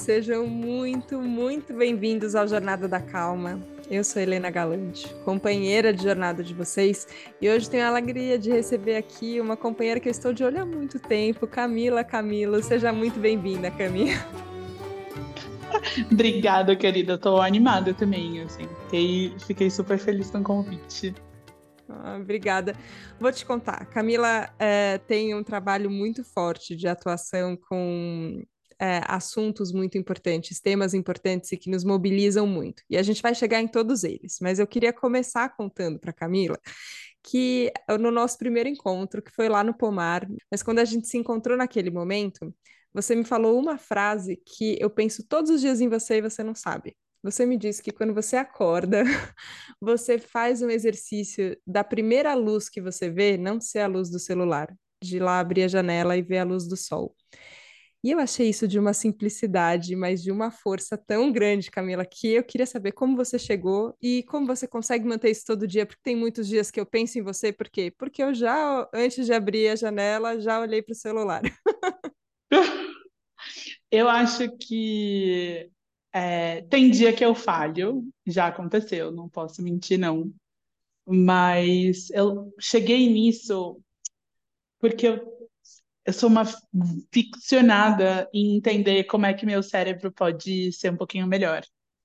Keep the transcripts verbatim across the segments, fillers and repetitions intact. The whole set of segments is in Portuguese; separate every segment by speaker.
Speaker 1: sejam muito, muito bem-vindos ao Jornada da Calma. Eu sou Helena Galante, companheira de jornada de vocês, e hoje tenho a alegria de receber aqui uma companheira que eu estou de olho há muito tempo, Camila Camilo. Seja muito bem-vinda, Camila.
Speaker 2: Obrigada, querida. Eu tô animada também, assim. Fiquei, fiquei super feliz com o convite.
Speaker 1: Ah, obrigada. Vou te contar, Camila eh, tem um trabalho muito forte de atuação com eh, assuntos muito importantes, temas importantes e que nos mobilizam muito. E a gente vai chegar em todos eles, mas eu queria começar contando para Camila que no nosso primeiro encontro, que foi lá no Pomar, mas quando a gente se encontrou naquele momento, você me falou uma frase que eu penso todos os dias em você e você não sabe. Você me disse que quando você acorda, você faz um exercício da primeira luz que você vê, não ser a luz do celular, de ir lá abrir a janela e ver a luz do sol. E eu achei isso de uma simplicidade, mas de uma força tão grande, Camila, que eu queria saber como você chegou e como você consegue manter isso todo dia, porque tem muitos dias que eu penso em você, por quê? Porque eu já, antes de abrir a janela, já olhei para o celular.
Speaker 2: Eu acho que é, tem dia que eu falho, já aconteceu, não posso mentir, não. Mas eu cheguei nisso porque eu, eu sou uma ficcionada em entender como é que meu cérebro pode ser um pouquinho melhor.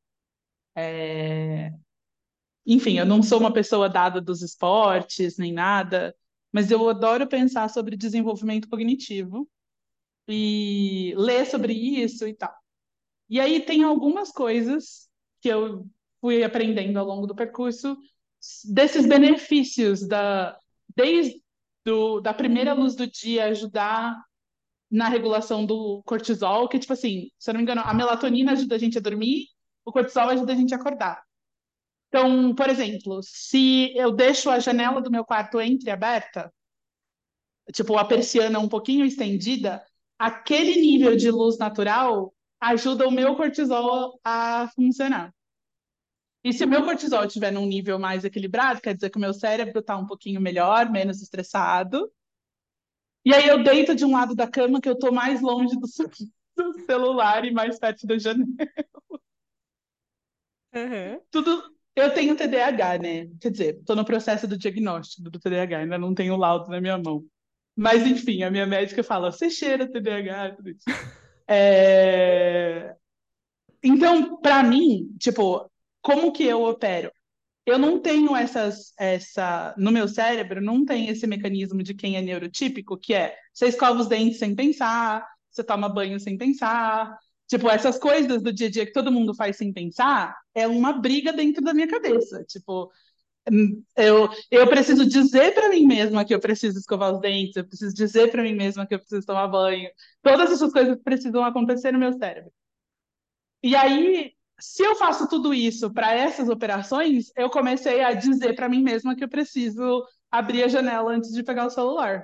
Speaker 2: É, Enfim, eu não sou uma pessoa dada dos esportes nem nada, mas eu adoro pensar sobre desenvolvimento cognitivo e ler sobre isso e tal. E aí tem algumas coisas que eu fui aprendendo ao longo do percurso desses benefícios da desde do, da primeira luz do dia ajudar na regulação do cortisol, que tipo assim, se eu não me engano, a melatonina ajuda a gente a dormir, o cortisol ajuda a gente a acordar. Então, por exemplo, se eu deixo a janela do meu quarto entreaberta, tipo a persiana um pouquinho estendida, aquele nível de luz natural ajuda o meu cortisol a funcionar. E se o meu cortisol estiver num nível mais equilibrado, quer dizer que o meu cérebro está um pouquinho melhor, menos estressado. E aí eu deito de um lado da cama que eu estou mais longe do, do celular e mais perto da janela.
Speaker 1: Uhum.
Speaker 2: Tudo. Eu tenho T D A H, né? Quer dizer, estou no processo do diagnóstico do T D A H, ainda não tenho o laudo na minha mão. Mas, enfim, a minha médica fala: você cheira T D A H, tudo isso. É... Então, para mim, tipo, como que eu opero? Eu não tenho essas, essa, no meu cérebro, não tem esse mecanismo de quem é neurotípico, que é você escova os dentes sem pensar, você toma banho sem pensar. Tipo, essas coisas do dia a dia que todo mundo faz sem pensar, é uma briga dentro da minha cabeça. Tipo, hum, eu, eu preciso dizer para mim mesma que eu preciso escovar os dentes, eu preciso dizer para mim mesma que eu preciso tomar banho. Todas essas coisas precisam acontecer no meu cérebro. E aí, se eu faço tudo isso para essas operações, eu comecei a dizer para mim mesma que eu preciso abrir a janela antes de pegar o celular.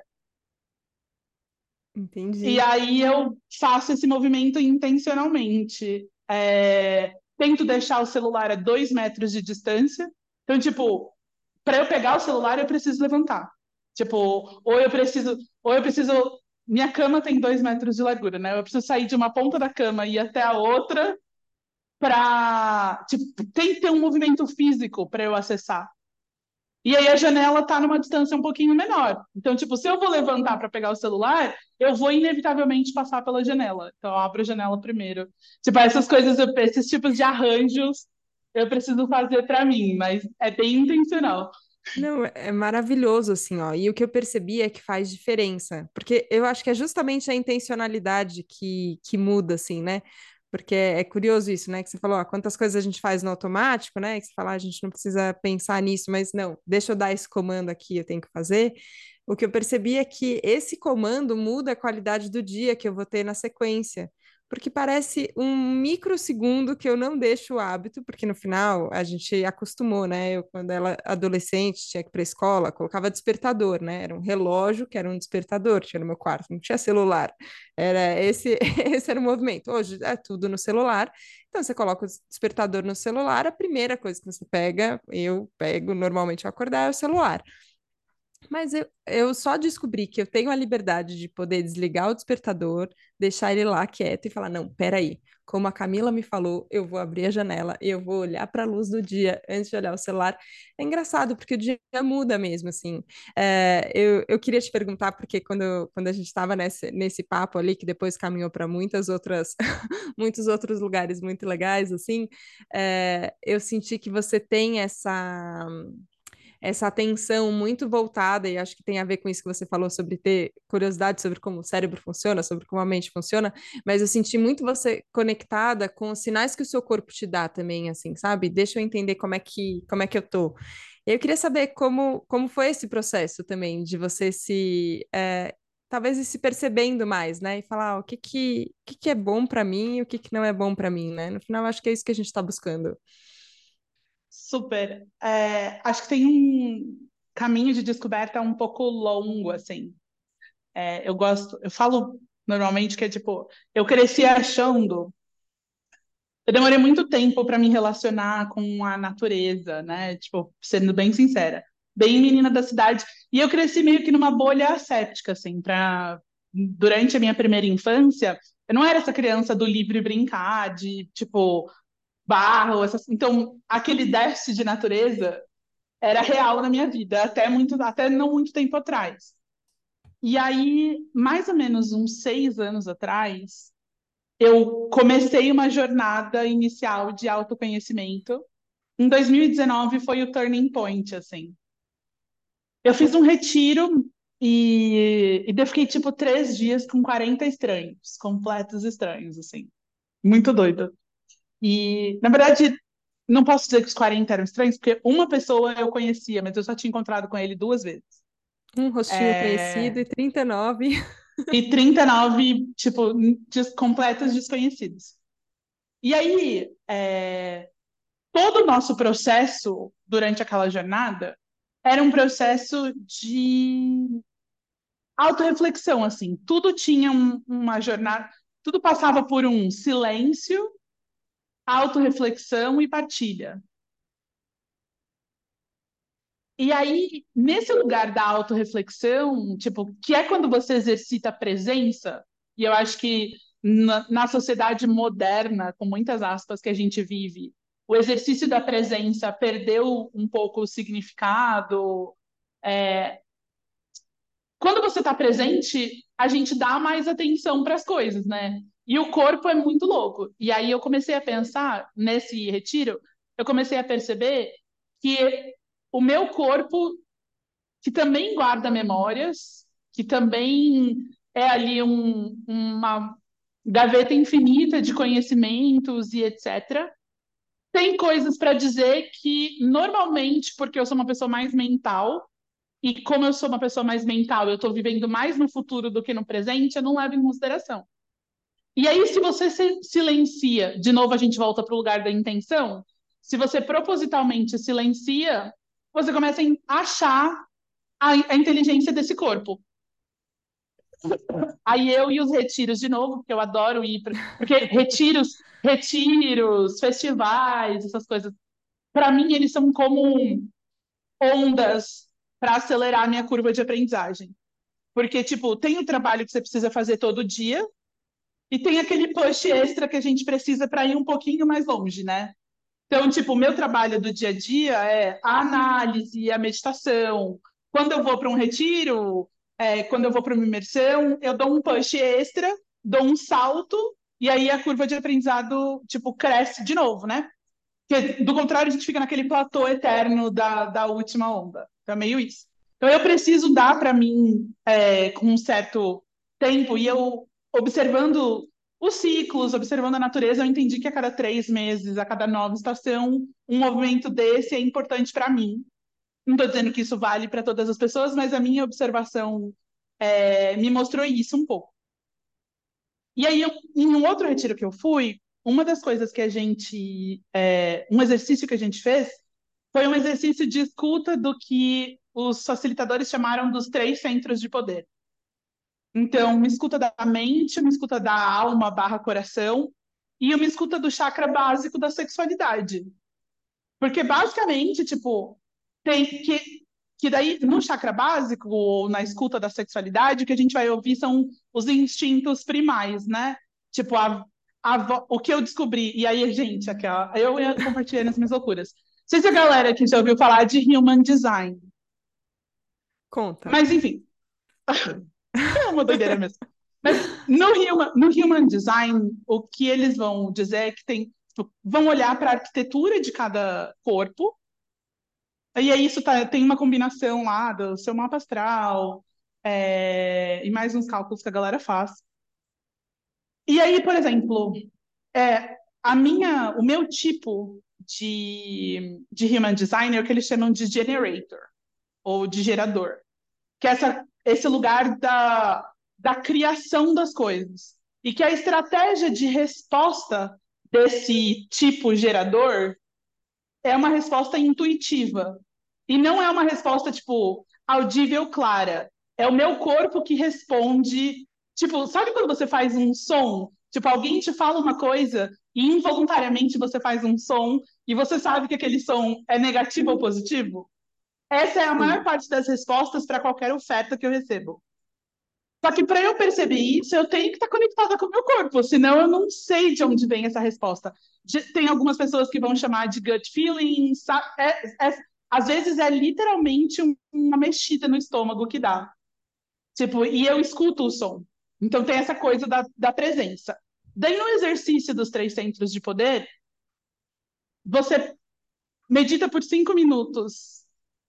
Speaker 2: E
Speaker 1: Entendi.
Speaker 2: aí eu faço esse movimento intencionalmente. É, tento deixar o celular a dois metros de distância. Então, tipo, para eu pegar o celular, eu preciso levantar. Tipo, ou eu preciso, ou eu preciso. Minha cama tem dois metros de largura, né? Eu preciso sair de uma ponta da cama e ir até a outra para. Tipo, tem que ter um movimento físico para eu acessar. E aí a janela está numa distância um pouquinho menor. Então, tipo, se eu vou levantar para pegar o celular, eu vou inevitavelmente passar pela janela. Então, eu abro a janela primeiro. Tipo, essas coisas, esses tipos de arranjos eu preciso fazer para mim, mas é bem intencional.
Speaker 1: Não, é é maravilhoso, assim, ó. E o que eu percebi é que faz diferença, porque eu acho que é justamente a intencionalidade que, que muda, assim, né? Porque é, é curioso isso, né? Que você falou, ó, quantas coisas a gente faz no automático, né? Que você fala, ah, a gente não precisa pensar nisso, mas não, deixa eu dar esse comando aqui, eu tenho que fazer. O que eu percebi é que esse comando muda a qualidade do dia que eu vou ter na sequência. Porque parece um microsegundo que eu não deixo o hábito, porque no final a gente acostumou, né? Eu, quando era adolescente, tinha que ir para a escola, colocava despertador, né? Era um relógio que era um despertador, tinha no meu quarto, não tinha celular. Era esse, esse era o movimento. Hoje é tudo no celular. Então você coloca o despertador no celular, a primeira coisa que você pega, eu pego normalmente ao acordar, é o celular. Mas eu, eu só descobri que eu tenho a liberdade de poder desligar o despertador, deixar ele lá quieto e falar: não, peraí, como a Camila me falou, eu vou abrir a janela e eu vou olhar para a luz do dia antes de olhar o celular. É engraçado, porque o dia muda mesmo, assim. É, eu, eu queria te perguntar, porque quando, quando a gente estava nesse, nesse papo ali, que depois caminhou para muitas outras, muitos outros lugares muito legais, assim, é, eu senti que você tem essa essa atenção muito voltada, e acho que tem a ver com isso que você falou sobre ter curiosidade sobre como o cérebro funciona, sobre como a mente funciona, mas eu senti muito você conectada com os sinais que o seu corpo te dá também, assim, sabe? Deixa eu entender como é que, como é que eu tô. Eu queria saber como, como foi esse processo também, de você se, é, talvez ir se percebendo mais, né? E falar ah, o que que, o que que é bom para mim e o que que não é bom para mim, né? No final, acho que é isso que a gente está buscando.
Speaker 2: Super. É, acho que tem um caminho de descoberta um pouco longo, assim. É, eu gosto, eu falo normalmente que é tipo, eu cresci achando, eu demorei muito tempo para me relacionar com a natureza, né? Tipo, sendo bem sincera, bem menina da cidade, e eu cresci meio que numa bolha asséptica, assim, para durante a minha primeira infância, eu não era essa criança do livre brincar, de tipo barro, essas... então aquele déficit de natureza era real na minha vida, até muito, até não muito tempo atrás. E aí, mais ou menos uns seis anos atrás, eu comecei uma jornada inicial de autoconhecimento. Em dois mil e dezenove foi o turning point, assim. Eu fiz um retiro e, e daí eu fiquei, tipo, três dias com quarenta estranhos, completos estranhos, assim. Muito doido. E, na verdade, não posso dizer que os quarenta eram estranhos, porque uma pessoa eu conhecia, mas eu só tinha encontrado com ele duas vezes.
Speaker 1: Um rostinho conhecido
Speaker 2: É,
Speaker 1: e trinta e nove.
Speaker 2: e trinta e nove, tipo, des- completos desconhecidos. E aí, é, todo o nosso processo durante aquela jornada era um processo de autorreflexão, assim. Tudo tinha um- uma jornada, tudo passava por um silêncio, autorreflexão e partilha. E aí, nesse lugar da autorreflexão, tipo, que é quando você exercita a presença, e eu acho que na, na sociedade moderna, com muitas aspas que a gente vive, o exercício da presença perdeu um pouco o significado. É, quando você está presente, a gente dá mais atenção para as coisas, né? E o corpo é muito louco. E aí eu comecei a pensar, nesse retiro, eu comecei a perceber que o meu corpo que também guarda memórias, que também é ali um, uma gaveta infinita de conhecimentos e etcétera. Tem coisas para dizer que, normalmente, porque eu sou uma pessoa mais mental, e como eu sou uma pessoa mais mental, eu estou vivendo mais no futuro do que no presente, eu não levo em consideração. E aí, se você se silencia, de novo a gente volta para o lugar da intenção, se você propositalmente silencia, você começa a achar a, a inteligência desse corpo. Aí eu e os retiros de novo, porque eu adoro ir, pra, porque retiros, retiros, festivais, essas coisas, para mim eles são como ondas para acelerar a minha curva de aprendizagem. Porque, tipo, tem o trabalho que você precisa fazer todo dia e tem aquele push extra que a gente precisa para ir um pouquinho mais longe, né? Então, tipo, o meu trabalho do dia a dia é a análise, a meditação. Quando eu vou para um retiro, é, quando eu vou para uma imersão, eu dou um push extra, dou um salto, e aí a curva de aprendizado, tipo, cresce de novo, né? Porque, do contrário, a gente fica naquele platô eterno da, da última onda. Então, é meio isso. Então, eu preciso dar para mim, é, com um certo tempo, e eu, observando os ciclos, observando a natureza, eu entendi que a cada três meses, a cada nova estação, um movimento desse é importante para mim. Não estou dizendo que isso vale para todas as pessoas, mas a minha observação é, me mostrou isso um pouco. E aí, eu, em um outro retiro que eu fui, uma das coisas que a gente, é, um exercício que a gente fez, foi um exercício de escuta do que os facilitadores chamaram dos três centros de poder. Então, uma escuta da mente, uma escuta da alma barra coração e uma escuta do chakra básico da sexualidade. Porque basicamente, tipo, tem que que daí, no chakra básico, ou na escuta da sexualidade, o que a gente vai ouvir são os instintos primais, né? Tipo, a, a, vo- o que eu descobri. E aí, gente, aqui, ó, eu ia compartilhando as minhas loucuras. Não sei se a galera aqui já ouviu falar de Human Design.
Speaker 1: Conta.
Speaker 2: Mas, enfim, é uma doideira mesmo. Mas no Human, no Human Design, o que eles vão dizer é que tem, tipo, vão olhar para a arquitetura de cada corpo. E aí isso tá, tem uma combinação lá do seu mapa astral, é, e mais uns cálculos que a galera faz. E aí, por exemplo, é, a minha, o meu tipo de, de human design é o que eles chamam de generator, ou de gerador, que é essa, esse lugar da, da criação das coisas. E que a estratégia de resposta desse tipo gerador é uma resposta intuitiva. E não é uma resposta, tipo, audível clara. É o meu corpo que responde. Tipo, sabe quando você faz um som? Tipo, alguém te fala uma coisa e involuntariamente você faz um som e você sabe que aquele som é negativo ou positivo? Essa é a maior
Speaker 1: Sim,
Speaker 2: parte das respostas para qualquer oferta que eu recebo. Só que para eu perceber isso, eu tenho que estar conectada com o meu corpo, senão eu não sei de onde vem essa resposta. De- Tem algumas pessoas que vão chamar de gut feeling, sa- é- é- às vezes é literalmente um- uma mexida no estômago que dá. Tipo, e eu escuto o som. Então tem essa coisa da, da presença. Daí no exercício dos três centros de poder, você medita por cinco minutos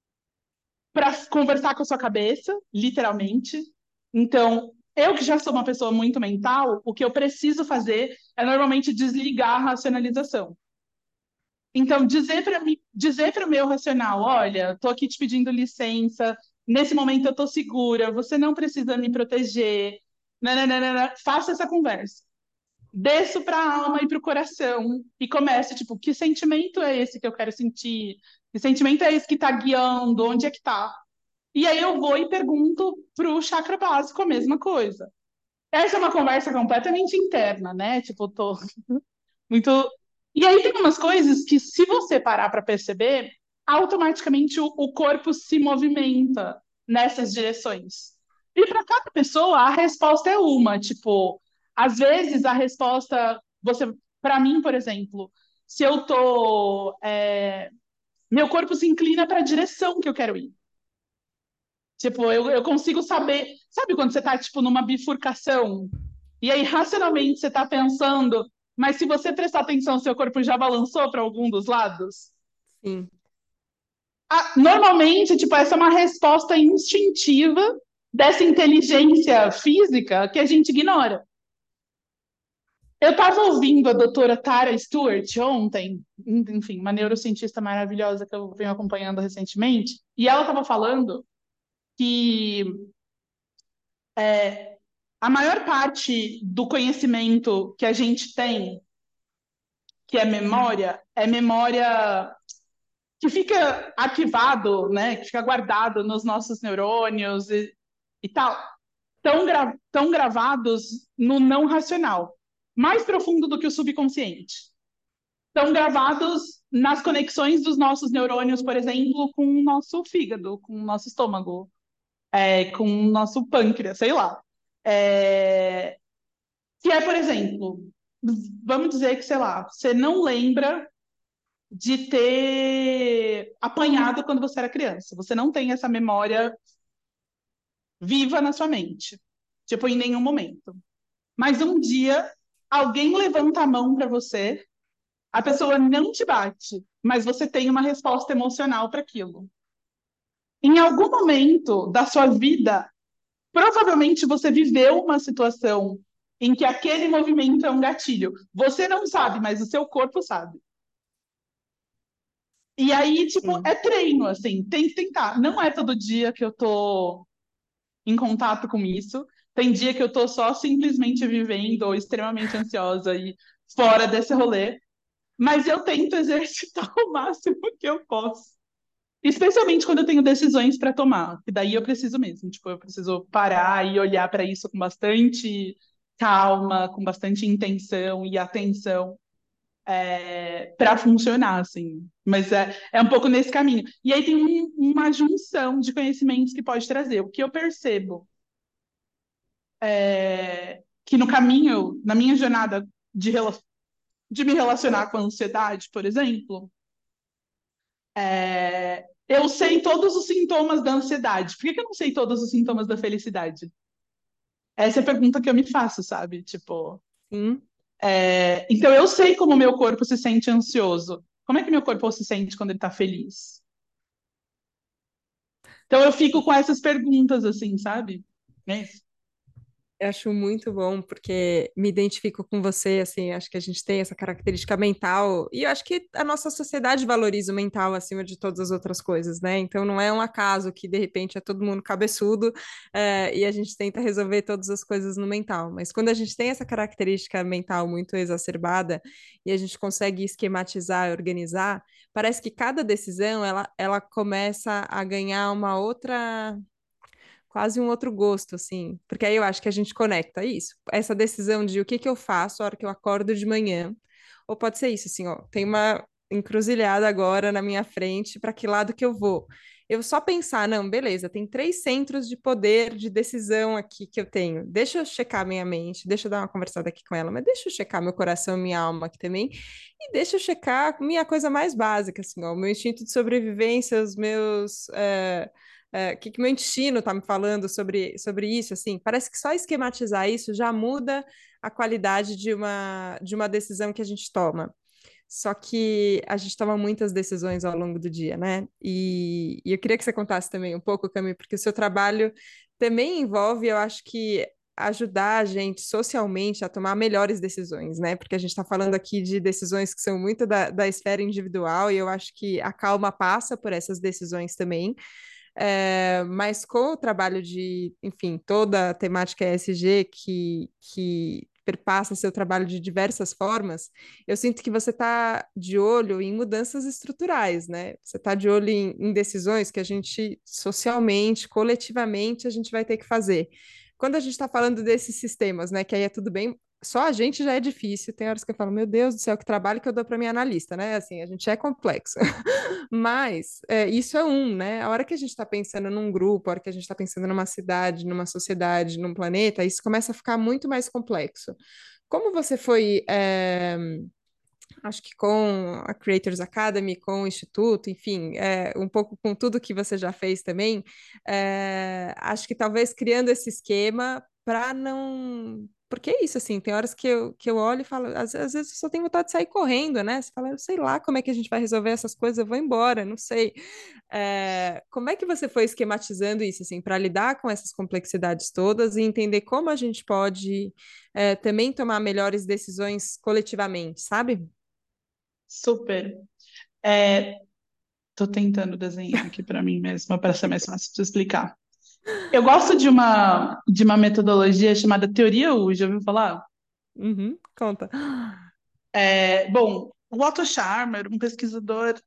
Speaker 2: para conversar com a sua cabeça, literalmente. Então, eu que já sou uma pessoa muito mental, o que eu preciso fazer é normalmente desligar a racionalização. Então, dizer para mim, dizer para o meu racional, olha, estou aqui te pedindo licença, nesse momento eu estou segura, você não precisa me proteger, nananana, faça essa conversa. Desço para a alma e para o coração e começo, tipo, que sentimento é esse que eu quero sentir? Que sentimento é esse que está guiando? Onde é que está? E aí eu vou e pergunto pro chakra básico a mesma coisa. Essa é uma conversa completamente interna, né? Tipo, tô muito. E aí tem umas coisas que, se você parar para perceber, automaticamente o, o corpo se movimenta nessas direções. E para cada pessoa, a resposta é uma. Tipo, às vezes a resposta, você, para mim, por exemplo, se eu tô, é, meu corpo se inclina para a direção que eu quero ir. Tipo, eu, eu consigo saber. Sabe quando você tá, tipo, numa bifurcação? E aí, racionalmente, você tá pensando, mas se você prestar atenção, seu corpo já balançou para algum dos lados?
Speaker 1: sim.
Speaker 2: Ah, normalmente, tipo, essa é uma resposta instintiva dessa inteligência física que a gente ignora. Eu estava ouvindo a doutora Tara Stewart ontem, enfim, uma neurocientista maravilhosa que eu venho acompanhando recentemente, e ela estava falando que a maior parte do conhecimento que a gente tem, que é memória, é memória que fica arquivado, né, que fica guardado nos nossos neurônios e, e tal, tão, gra tão gravados no não racional, mais profundo do que o subconsciente. Estão gravados nas conexões dos nossos neurônios, por exemplo, com o nosso fígado, com o nosso estômago, é, com o nosso pâncreas, sei lá. É, que é, por exemplo, vamos dizer que, sei lá, você não lembra de ter apanhado quando você era criança. Você não tem essa memória viva na sua mente. Tipo, em nenhum momento. Mas um dia, alguém levanta a mão para você, a pessoa não te bate, mas você tem uma resposta emocional para aquilo. Em algum momento da sua vida, provavelmente você viveu uma situação em que aquele movimento é um gatilho. Você não sabe, mas o seu corpo sabe. E aí, tipo,
Speaker 1: Sim.
Speaker 2: é treino, assim, tem que tentar. Não é todo dia que eu tô em contato com isso. Tem dia que eu tô só simplesmente vivendo ou extremamente ansiosa e fora desse rolê. Mas eu tento exercitar o máximo que eu posso. Especialmente quando eu tenho decisões para tomar, que daí eu preciso mesmo, tipo, eu preciso parar e olhar para isso com bastante calma, com bastante intenção e atenção. para funcionar, assim. Mas é, é um pouco nesse caminho. E aí tem um- uma junção de conhecimentos que pode trazer. O que eu percebo é que no caminho, na minha jornada de, rela- de me relacionar com a ansiedade, por exemplo, é, eu sei todos os sintomas da ansiedade. Por que que eu não sei todos os sintomas da felicidade? Essa é a pergunta que eu me faço, sabe? Tipo,
Speaker 1: Sim.
Speaker 2: é, então eu sei como o meu corpo se sente ansioso. Como é que meu corpo se sente quando ele tá feliz? Então eu fico com essas perguntas, assim, sabe? É isso.
Speaker 1: Eu acho muito bom, porque me identifico com você, assim, acho que a gente tem essa característica mental, e eu acho que a nossa sociedade valoriza o mental acima de todas as outras coisas, né? Então não é um acaso que, de repente, é todo mundo cabeçudo, eh, e a gente tenta resolver todas as coisas no mental. Mas quando a gente tem essa característica mental muito exacerbada, e a gente consegue esquematizar e organizar, parece que cada decisão, ela, ela começa a ganhar uma outra quase um outro gosto, assim, porque aí eu acho que a gente conecta isso, essa decisão de o que que eu faço a hora que eu acordo de manhã, ou pode ser isso, assim, ó, tem uma encruzilhada agora na minha frente, para que lado que eu vou? Eu só pensar, não, beleza, tem três centros de poder de decisão aqui que eu tenho. Deixa eu checar minha mente, deixa eu dar uma conversada aqui com ela, mas deixa eu checar meu coração, minha alma aqui também, e deixa eu checar minha coisa mais básica, assim, ó, o meu instinto de sobrevivência, os meus. eh, é, o que, que meu intestino está me falando sobre, sobre isso, assim, parece que só esquematizar isso já muda a qualidade de uma, de uma decisão que a gente toma. Só que a gente toma muitas decisões ao longo do dia, né? E, e eu queria que você contasse também um pouco, Cami, porque o seu trabalho também envolve, eu acho que ajudar a gente socialmente a tomar melhores decisões, né? Porque a gente está falando aqui de decisões que são muito da, da esfera individual, e eu acho que a calma passa por essas decisões também. É, mas com o trabalho de, enfim, toda a temática E S G que, que perpassa seu trabalho de diversas formas, eu sinto que você está de olho em mudanças estruturais, né? Você está de olho em, em decisões que a gente, socialmente, coletivamente, a gente vai ter que fazer. Quando a gente está falando desses sistemas, né, que aí é tudo bem, só a gente já é difícil. Tem horas que eu falo, meu Deus do céu, que trabalho que eu dou para minha analista, né? Assim, a gente é complexo. Mas é, isso é um, né? A hora que a gente está pensando num grupo, a hora que a gente está pensando numa cidade, numa sociedade, num planeta, isso começa a ficar muito mais complexo. Como você foi, é, acho que com a Creators Academy, com o Instituto, enfim, é, um pouco com tudo que você já fez também, é, acho que talvez criando esse esquema para não. Porque é isso, assim, tem horas que eu, que eu olho e falo, às, às vezes eu só tenho vontade de sair correndo, né? Você fala, eu sei lá como é que a gente vai resolver essas coisas, eu vou embora, não sei. É, como é que você foi esquematizando isso, assim, para lidar com essas complexidades todas e entender como a gente pode é, também tomar melhores decisões coletivamente, sabe?
Speaker 2: Super. É, tô tentando desenhar aqui para mim mesma para ser mais fácil de explicar. Eu gosto de uma de uma metodologia chamada Teoria U, já ouviu falar?
Speaker 1: Uhum, conta.
Speaker 2: É, bom, o Otto Scharmer, um pesquisador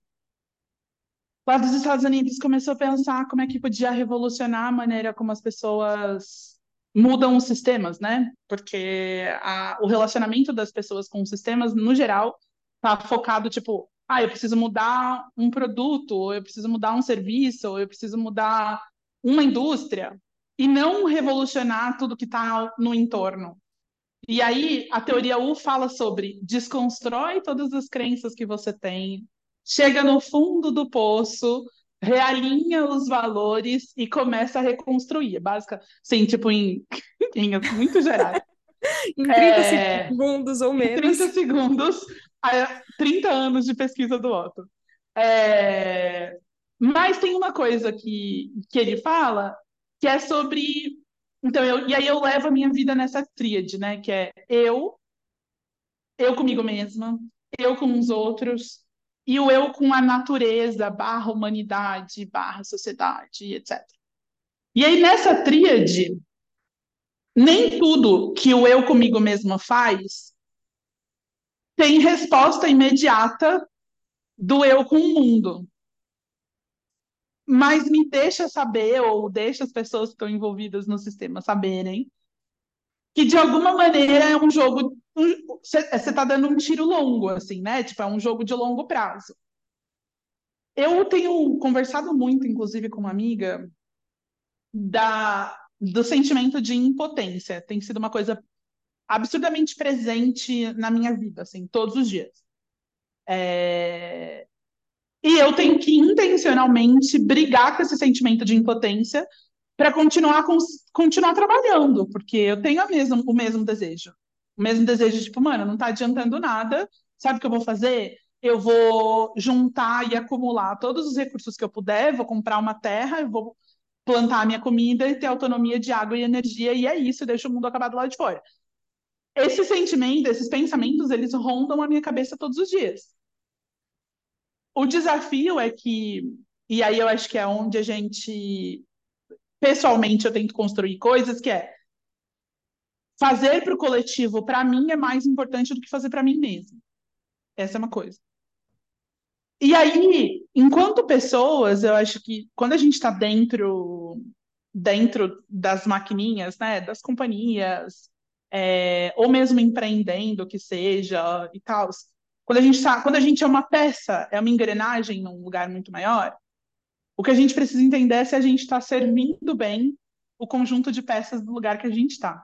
Speaker 2: lá dos Estados Unidos, começou a pensar como é que podia revolucionar a maneira como as pessoas mudam os sistemas, né? Porque a- o relacionamento das pessoas com os sistemas, no geral, tá focado, tipo, ah, eu preciso mudar um produto, ou eu preciso mudar um serviço, ou eu preciso mudar uma indústria, e não revolucionar tudo que está no entorno. E aí, a teoria U fala sobre desconstrói todas as crenças que você tem, chega no fundo do poço, realinha os valores e começa a reconstruir. É básica, sim, tipo, em linhas muito gerais.
Speaker 1: Em trinta
Speaker 2: É,
Speaker 1: segundos ou
Speaker 2: em trinta
Speaker 1: menos.
Speaker 2: segundos, a- trinta anos de pesquisa do Otto. É, mas tem uma coisa que, que ele fala que é sobre. Então, eu, e aí eu levo a minha vida nessa tríade, né? Que é eu, eu comigo mesma, eu com os outros, e o eu com a natureza, barra humanidade, barra sociedade, etcétera. E aí, nessa tríade, nem tudo que o eu comigo mesma faz tem resposta imediata do eu com o mundo. Mas me deixa saber, ou deixa as pessoas que estão envolvidas no sistema saberem, que de alguma maneira é um jogo Você tá dando um tiro longo, assim, né? Tipo, é um jogo de longo prazo. Eu tenho conversado muito, inclusive, com uma amiga, da, do sentimento de impotência. Tem sido uma coisa absurdamente presente na minha vida, assim, todos os dias. É... E eu tenho que intencionalmente brigar com esse sentimento de impotência para continuar, com, continuar trabalhando, porque eu tenho a mesma, o mesmo desejo. O mesmo desejo, tipo, mano, não tá adiantando nada, sabe o que eu vou fazer? Eu vou juntar e acumular todos os recursos que eu puder, vou comprar uma terra, eu vou plantar a minha comida e ter autonomia de água e energia, e é isso, deixa o mundo acabar do lado de fora. Esse sentimento, esses pensamentos, eles rondam a minha cabeça todos os dias. O desafio é que, e aí eu acho que é onde a gente, pessoalmente, eu tento construir coisas, que é fazer para o coletivo, para mim, é mais importante do que fazer para mim mesmo. Essa é uma coisa. E aí, enquanto pessoas, eu acho que quando a gente está dentro, dentro das maquininhas, né, das companhias, é, ou mesmo empreendendo, que seja, e tal, quando a gente tá, quando a gente é uma peça, é uma engrenagem num lugar muito maior, o que a gente precisa entender é se a gente está servindo bem o conjunto de peças do lugar que a gente está,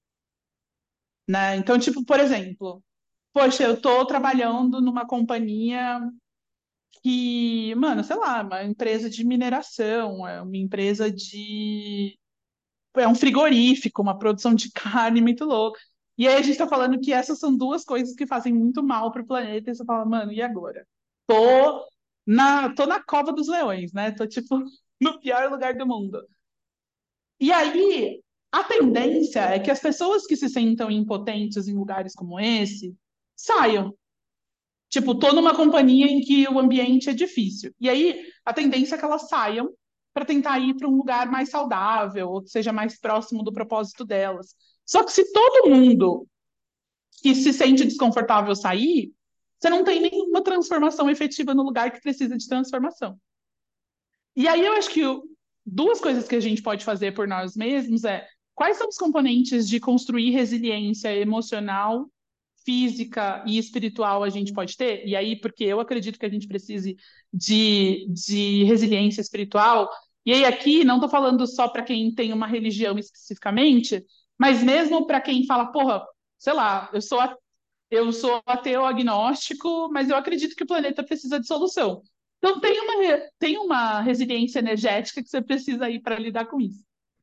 Speaker 2: né? Então, tipo, por exemplo, poxa, eu tô trabalhando numa companhia que, mano, sei lá, uma empresa de mineração, é uma empresa de. É um frigorífico, uma produção de carne muito louca. E aí a gente tá falando que essas são duas coisas que fazem muito mal pro planeta, e você fala, mano, e agora? Tô na, tô na cova dos leões, né? Tô, tipo, no pior lugar do mundo. E aí, a tendência é que as pessoas que se sentam impotentes em lugares como esse saiam. Tipo, tô numa companhia em que o ambiente é difícil. E aí, a tendência é que elas saiam para tentar ir para um lugar mais saudável, ou que seja mais próximo do propósito delas. Só que se todo mundo que se sente desconfortável sair, você não tem nenhuma transformação efetiva no lugar que precisa de transformação. E aí eu acho que o- duas coisas que a gente pode fazer por nós mesmos é quais são os componentes de construir resiliência emocional, física e espiritual a gente pode ter? E aí, porque eu acredito que a gente precise de, de resiliência espiritual. E aí, aqui, não estou falando só para quem tem uma religião especificamente, mas mesmo para quem fala, porra, sei lá, eu sou, a- eu sou ateu agnóstico, mas eu acredito que o planeta precisa de solução. Então, tem uma, re- tem uma resiliência energética que você precisa ir para lidar com isso.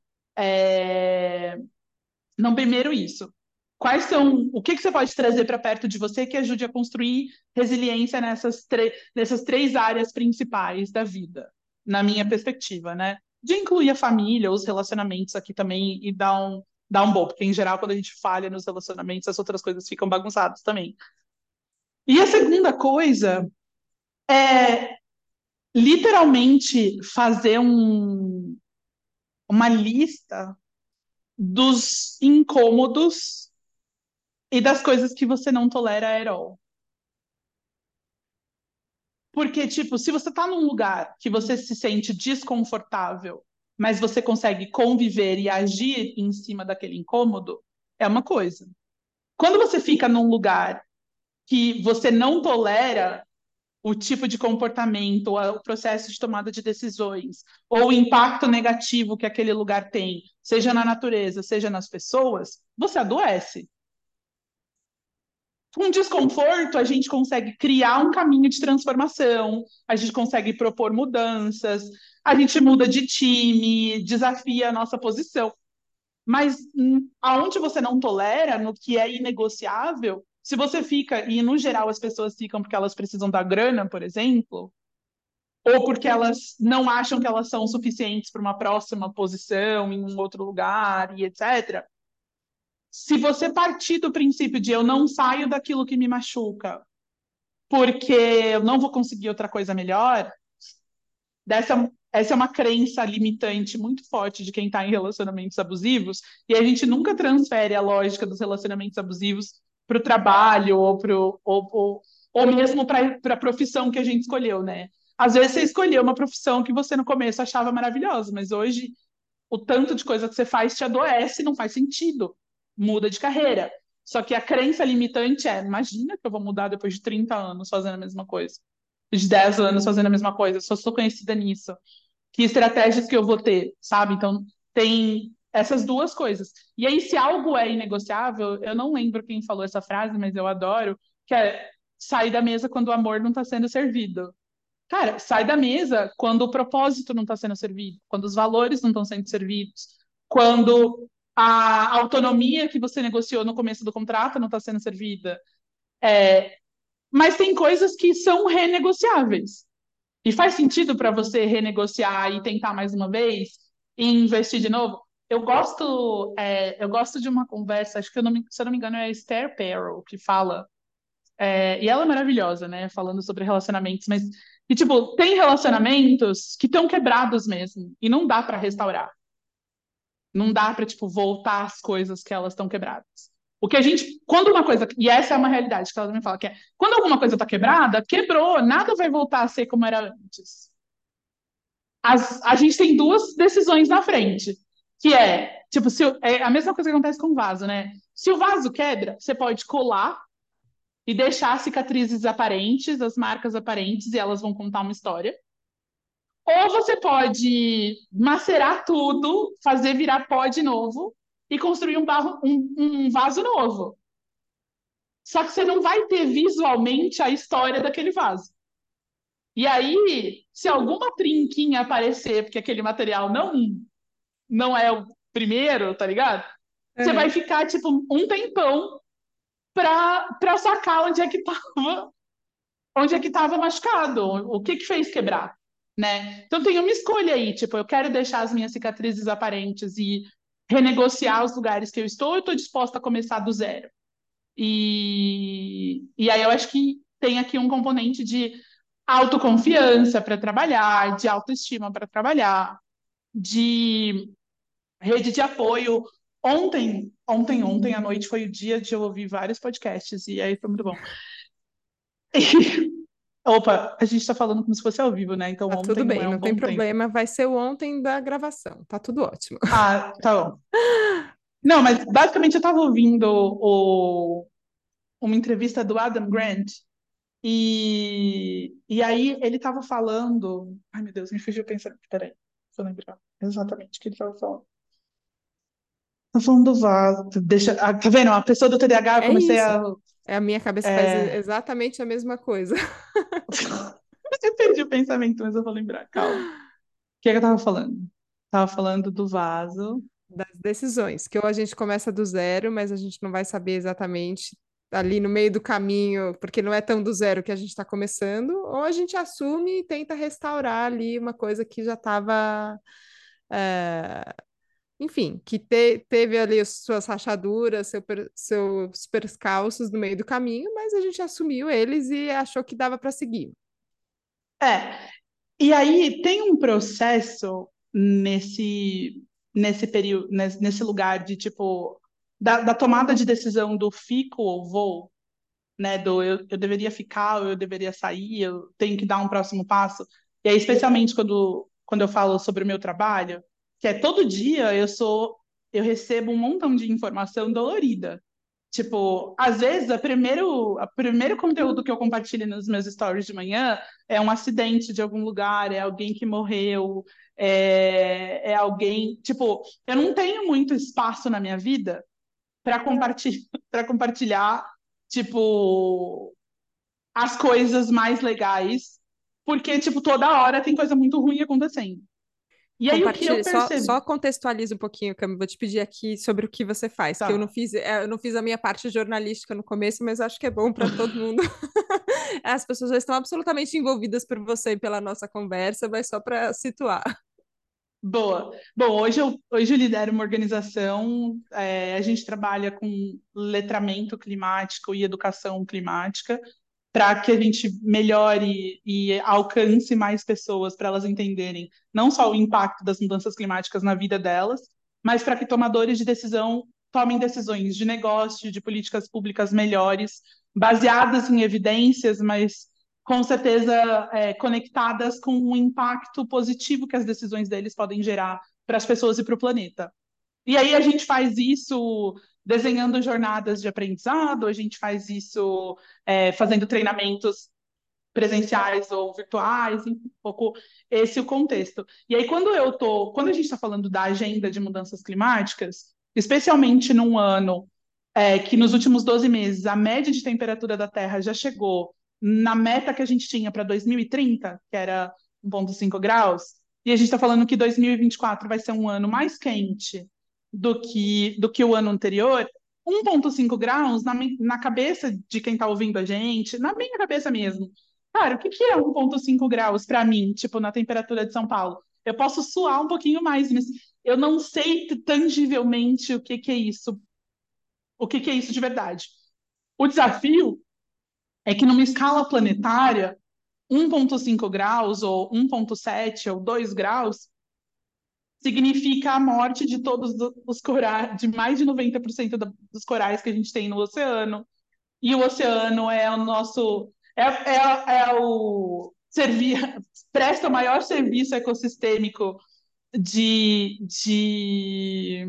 Speaker 2: É... Não, primeiro isso. Quais são, o que que você pode trazer para perto de você que ajude a construir resiliência nessas, tre- nessas três áreas principais da vida, na minha perspectiva, né? De incluir a família, os relacionamentos aqui também e dar um, dar um bom, porque em geral, quando a gente falha nos relacionamentos, as outras coisas ficam bagunçadas também. E a segunda coisa é literalmente fazer um, uma lista dos incômodos e das coisas que você não tolera at all. Porque, tipo, se você tá num lugar que você se sente desconfortável, mas você consegue conviver e agir em cima daquele incômodo, é uma coisa. Quando você fica num lugar que você não tolera o tipo de comportamento, ou o processo de tomada de decisões, ou o impacto negativo que aquele lugar tem, seja na natureza, seja nas pessoas, você adoece. Com desconforto, a gente consegue criar um caminho de transformação, a gente consegue propor mudanças, a gente muda de time, desafia a nossa posição. Mas hum, aonde você não tolera, no que é inegociável, se você fica, e no geral as pessoas ficam porque elas precisam da grana, por exemplo, ou porque elas não acham que elas são suficientes para uma próxima posição em um outro lugar, e etcétera. Se você partir do princípio de eu não saio daquilo que me machuca, porque eu não vou conseguir outra coisa melhor, dessa, essa é uma crença limitante muito forte de quem está em relacionamentos abusivos, e a gente nunca transfere a lógica dos relacionamentos abusivos para o trabalho ou, pro, ou, ou, ou mesmo para a profissão que a gente escolheu, né? Às vezes você escolheu uma profissão que você no começo achava maravilhosa, mas hoje o tanto de coisa que você faz te adoece, não faz sentido. Muda de carreira. Só que a crença limitante é, imagina que eu vou mudar depois de trinta anos fazendo a mesma coisa, de dez anos fazendo a mesma coisa, só sou conhecida nisso. Que estratégias que eu vou ter, sabe? Então, tem essas duas coisas. E aí, se algo é inegociável, eu não lembro quem falou essa frase, mas eu adoro, que é sair da mesa quando o amor não está sendo servido. Cara, sai da mesa quando o propósito não está sendo servido, quando os valores não estão sendo servidos, quando a autonomia que você negociou no começo do contrato não está sendo servida. É, mas tem coisas que são renegociáveis. E faz sentido para você renegociar e tentar mais uma vez e investir de novo? Eu gosto, é, eu gosto de uma conversa, acho que eu não me- se eu não me engano é a Esther Perel que fala, é, e ela é maravilhosa, né, falando sobre relacionamentos, mas e, tipo, tem relacionamentos que estão quebrados mesmo e não dá para restaurar. Não dá para, tipo, voltar às coisas que elas estão quebradas. O que a gente, quando uma coisa, e essa é uma realidade que ela também fala, que é, quando alguma coisa está quebrada, quebrou, nada vai voltar a ser como era antes. As, a gente tem duas decisões na frente, que é, tipo, se, o- é a mesma coisa que acontece com o vaso, né? Se o vaso quebra, você pode colar e deixar cicatrizes aparentes, as marcas aparentes, e elas vão contar uma história. Ou você pode macerar tudo, fazer virar pó de novo e construir um, barro, um, um vaso novo. Só que você não vai ter visualmente a história daquele vaso. E aí, se alguma trinquinha aparecer, porque aquele material não não é o primeiro, tá ligado? Você vai
Speaker 1: Uhum.
Speaker 2: ficar, tipo, um tempão pra, pra sacar onde é que tava, onde é que tava machucado, o que que fez quebrar, né? Então tem uma escolha aí, tipo, eu quero deixar as minhas cicatrizes aparentes e renegociar os lugares que eu estou, eu estou disposta a começar do zero. E, e aí eu acho que tem aqui um componente de autoconfiança para trabalhar, de autoestima para trabalhar, de rede de apoio. Ontem, ontem, ontem à noite foi o dia de eu ouvir vários podcasts, e aí foi muito bom. Opa, a gente está falando como se fosse ao vivo, né? Então
Speaker 1: Tá tudo
Speaker 2: ontem não
Speaker 1: bem,
Speaker 2: é um
Speaker 1: não tem
Speaker 2: bom tempo.
Speaker 1: problema, vai ser o ontem da gravação, tá tudo ótimo.
Speaker 2: Ah, tá bom. Não, mas basicamente eu estava ouvindo o, uma entrevista do Adam Grant, e, e aí ele estava falando. Ai, meu Deus, me fugiu o pensamento. Peraí, deixa eu lembrar exatamente o que ele estava falando. Tá falando do vaso. Deixa, ah, tá vendo? A pessoa do T D A H, eu
Speaker 1: É
Speaker 2: comecei
Speaker 1: isso.
Speaker 2: a.
Speaker 1: É, a minha cabeça faz e-
Speaker 2: É...
Speaker 1: exatamente a mesma coisa.
Speaker 2: Eu perdi o pensamento, mas eu vou lembrar. Calma. O que é que eu tava falando? Tava falando do vaso.
Speaker 1: Das decisões, que ou a gente começa do zero, mas a gente não vai saber exatamente ali no meio do caminho, porque não é tão do zero que a gente está começando, ou a gente assume e tenta restaurar ali uma coisa que já estava, enfim, que te- teve ali as suas rachaduras, seu per- seus percalços no meio do caminho, mas a gente assumiu eles e achou que dava para seguir.
Speaker 2: É. E aí tem um processo nesse, nesse período, nesse, nesse lugar de tipo. Da, da tomada de decisão do fico ou vou, né? Do eu, eu deveria ficar, ou eu deveria sair, eu tenho que dar um próximo passo. E aí, especialmente quando, quando eu falo sobre o meu trabalho, que é todo dia eu sou, eu recebo um montão de informação dolorida. Tipo, às vezes, a primeiro, a primeiro conteúdo que eu compartilho nos meus stories de manhã é um acidente de algum lugar, é alguém que morreu, é, é alguém. Tipo, eu não tenho muito espaço na minha vida para compartilhar, para compartilhar, tipo, as coisas mais legais, porque, tipo, toda hora tem coisa muito ruim acontecendo. E aí o que eu
Speaker 1: Compartilhe, só,
Speaker 2: percebi.
Speaker 1: só contextualiza um pouquinho, Cami, vou te pedir aqui sobre o que você faz, que eu não
Speaker 2: Tá,
Speaker 1: fiz, é, eu não fiz a minha parte jornalística no começo, mas acho que é bom para todo mundo. As pessoas já estão absolutamente envolvidas por você e pela nossa conversa, mas só para situar.
Speaker 2: boa. Bom, hoje eu, hoje eu lidero uma organização, é, a gente trabalha com letramento climático e educação climática, para que a gente melhore e alcance mais pessoas, para elas entenderem não só o impacto das mudanças climáticas na vida delas, mas para que tomadores de decisão tomem decisões de negócio, de políticas públicas melhores, baseadas em evidências, mas com certeza é, conectadas com o impacto positivo que as decisões deles podem gerar para as pessoas e para o planeta. E aí a gente faz isso desenhando jornadas de aprendizado, a gente faz isso é, fazendo treinamentos presenciais ou virtuais, enfim, um pouco esse é o contexto. E aí, quando eu tô, quando a gente está falando da agenda de mudanças climáticas, especialmente num ano é, que nos últimos doze meses a média de temperatura da Terra já chegou na meta que a gente tinha para dois mil e trinta, que era um vírgula cinco graus, e a gente está falando que dois mil e vinte e quatro vai ser um ano mais quente do que, do que o ano anterior, um vírgula cinco graus na, na cabeça de quem está ouvindo a gente, na minha cabeça mesmo. Cara, o que que é um vírgula cinco graus para mim, tipo, na temperatura de São Paulo? Eu posso suar um pouquinho mais, mas eu não sei tangivelmente o que que é isso, o que que é isso de verdade. O desafio é que numa escala planetária, um vírgula cinco graus ou um vírgula sete ou dois graus significa a morte de todos os corais, de mais de noventa por cento dos corais que a gente tem no oceano. E o oceano é o nosso é, é, é o servir, presta o maior serviço ecossistêmico de, de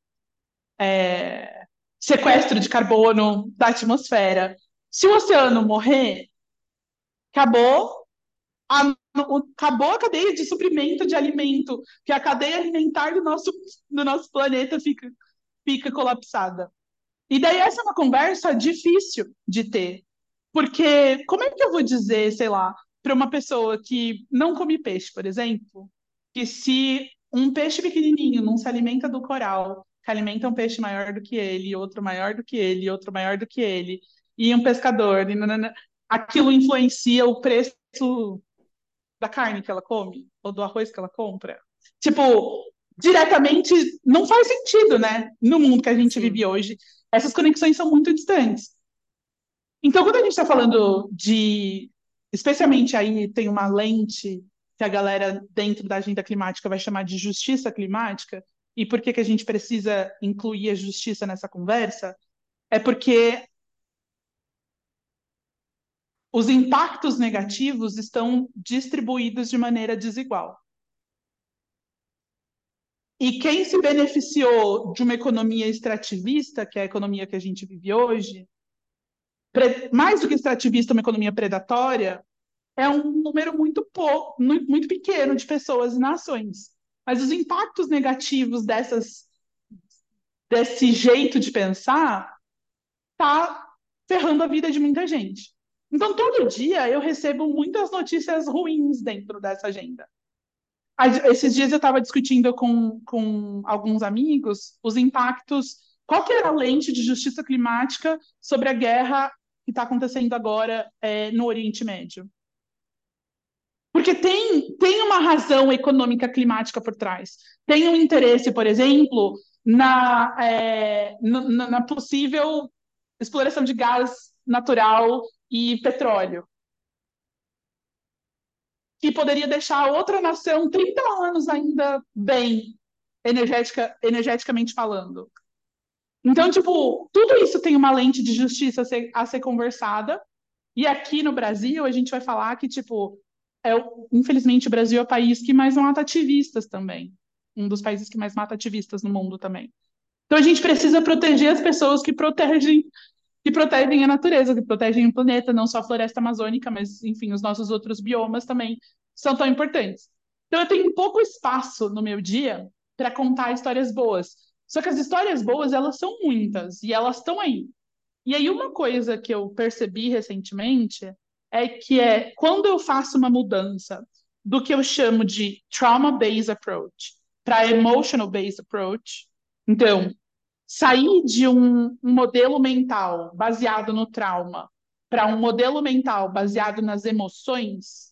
Speaker 2: é, sequestro de carbono da atmosfera. Se o oceano morrer, acabou a, acabou a cadeia de suprimento de alimento, que a cadeia alimentar do nosso, do nosso planeta fica, fica colapsada. E daí essa é uma conversa difícil de ter, porque como é que eu vou dizer, sei lá, para uma pessoa que não come peixe, por exemplo, que se um peixe pequenininho não se alimenta do coral, que alimenta um peixe maior do que ele, outro maior do que ele, outro maior do que ele, e um pescador, e nanana, aquilo influencia o preço da carne que ela come, ou do arroz que ela compra. Tipo, diretamente não faz sentido, né? No mundo que a gente
Speaker 1: Sim.
Speaker 2: vive hoje, essas conexões são muito distantes. Então, quando a gente está falando de, especialmente aí tem uma lente que a galera dentro da agenda climática vai chamar de justiça climática, e por que que a gente precisa incluir a justiça nessa conversa? É porque os impactos negativos estão distribuídos de maneira desigual. E quem se beneficiou de uma economia extrativista, que é a economia que a gente vive hoje, mais do que extrativista, uma economia predatória, é um número muito pouco, muito pequeno de pessoas e nações. Mas os impactos negativos dessas, desse jeito de pensar tá ferrando a vida de muita gente. Então, todo dia eu recebo muitas notícias ruins dentro dessa agenda. Esses dias eu estava discutindo com, com alguns amigos os impactos, qual que era a lente de justiça climática sobre a guerra que está acontecendo agora é, no Oriente Médio. Porque tem, tem uma razão econômica climática por trás. Tem um interesse, por exemplo, na, é, na, na possível exploração de gás natural e petróleo, que poderia deixar outra nação trinta anos ainda bem, energética, energeticamente falando. Então, tipo, tudo isso tem uma lente de justiça a ser, a ser conversada. E aqui no Brasil, a gente vai falar que, tipo, é, infelizmente, o Brasil é o país que mais mata ativistas também. Um dos países que mais mata ativistas no mundo também. Então, a gente precisa proteger as pessoas que protegem, que protegem a natureza, que protegem o planeta, não só a floresta amazônica, mas, enfim, os nossos outros biomas também são tão importantes. Então, eu tenho pouco espaço no meu dia para contar histórias boas. Só que as histórias boas, elas são muitas e elas estão aí. E aí, uma coisa que eu percebi recentemente é que é quando eu faço uma mudança do que eu chamo de trauma-based approach para emotional-based approach, então, sair de um, um modelo mental baseado no trauma para um modelo mental baseado nas emoções,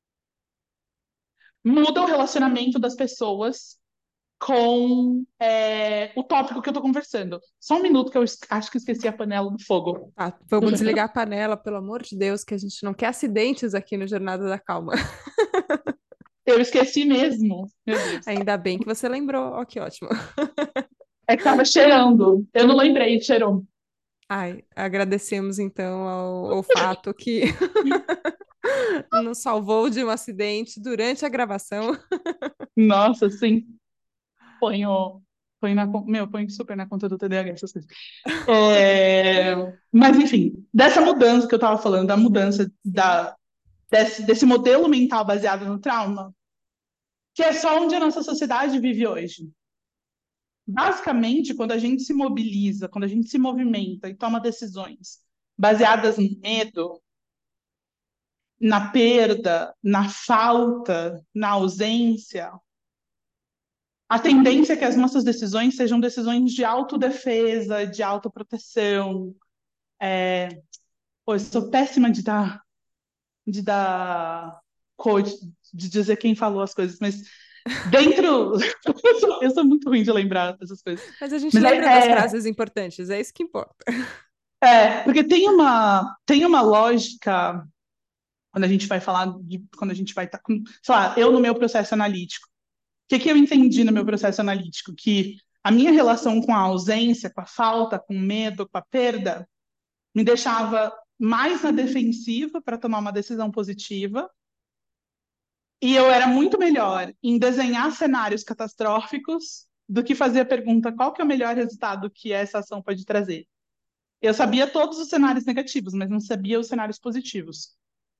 Speaker 2: muda o relacionamento das pessoas com é, o tópico que eu estou conversando. Só um minuto que eu acho que esqueci a panela no fogo.
Speaker 1: Tá, vamos desligar a panela, pelo amor de Deus, que a gente não quer acidentes aqui no Jornada da Calma.
Speaker 2: Eu esqueci mesmo, meu Deus.
Speaker 1: Ainda bem que você lembrou. Ó, que ótimo.
Speaker 2: É que tava cheirando. Eu não lembrei, cheirou.
Speaker 1: Ai, agradecemos então ao, ao fato que nos salvou de um acidente durante a gravação.
Speaker 2: Nossa, sim. Ponho. Põe na, con- meu, põe super na conta do T D A H, essas coisas. É, mas, enfim, dessa mudança que eu estava falando, da mudança
Speaker 1: Sim.
Speaker 2: da, desse, desse modelo mental baseado no trauma, que é só onde a nossa sociedade vive hoje. Basicamente, quando a gente se mobiliza, quando a gente se movimenta e toma decisões baseadas no medo, na perda, na falta, na ausência, a tendência é que as nossas decisões sejam decisões de autodefesa, de autoproteção. É... Pô, eu sou péssima de dar, de dar code, de dizer quem falou as coisas, mas dentro. Eu sou, eu sou muito ruim de lembrar dessas coisas.
Speaker 1: Mas a gente
Speaker 2: Mas
Speaker 1: lembra das
Speaker 2: é, é,
Speaker 1: frases importantes, é isso que importa.
Speaker 2: é, porque tem uma, tem uma lógica quando a gente vai falar de, quando a gente vai estar, sei lá, eu no meu processo analítico. O que, que eu entendi no meu processo analítico? Que a minha relação com a ausência, com a falta, com o medo, com a perda, me deixava mais na defensiva para tomar uma decisão positiva. E eu era muito melhor em desenhar cenários catastróficos do que fazer a pergunta qual que é o melhor resultado que essa ação pode trazer. Eu sabia todos os cenários negativos, mas não sabia os cenários positivos.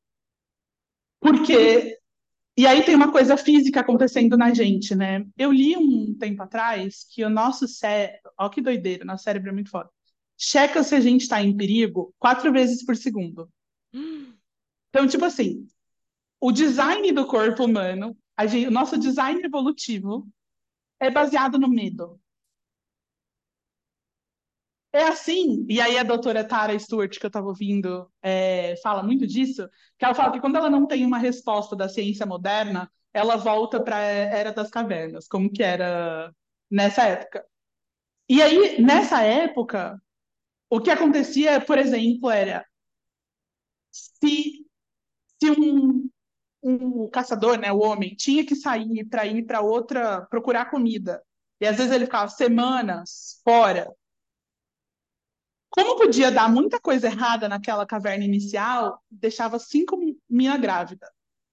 Speaker 2: Porque e aí tem uma coisa física acontecendo na gente, né? Eu li um tempo atrás que o nosso cérebro, ó que doideira, nosso cérebro é muito foda. Checa se a gente está em perigo quatro vezes por segundo. Então, tipo assim, o design do corpo humano, a gente, o nosso design evolutivo é baseado no medo. É assim, e aí a doutora Tara Stewart, que eu estava ouvindo, é, fala muito disso, que ela fala que quando ela não tem uma resposta da ciência moderna, ela volta para a Era das Cavernas, como que era nessa época. E aí, nessa época, o que acontecia, por exemplo, era se, se um, um caçador, né, o homem, tinha que sair para ir para outra, procurar comida, e às vezes ele ficava semanas fora. Como podia dar muita coisa errada naquela caverna inicial, deixava cinco mina grávida.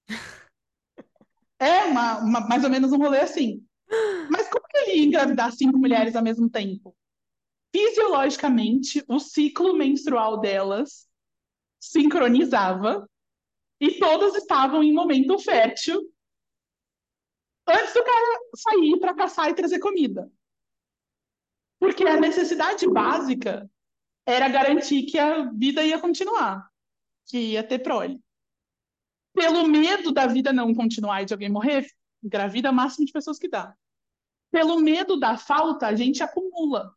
Speaker 2: É uma, uma, mais ou menos um rolê assim. Mas como que ele ia engravidar cinco mulheres ao mesmo tempo? Fisiologicamente, o ciclo menstrual delas sincronizava e todas estavam em momento fértil antes do cara sair para caçar e trazer comida. Porque a necessidade básica era garantir que a vida ia continuar, que ia ter prole. Pelo medo da vida não continuar e de alguém morrer, engravida o máximo de pessoas que dá. Pelo medo da falta, a gente acumula.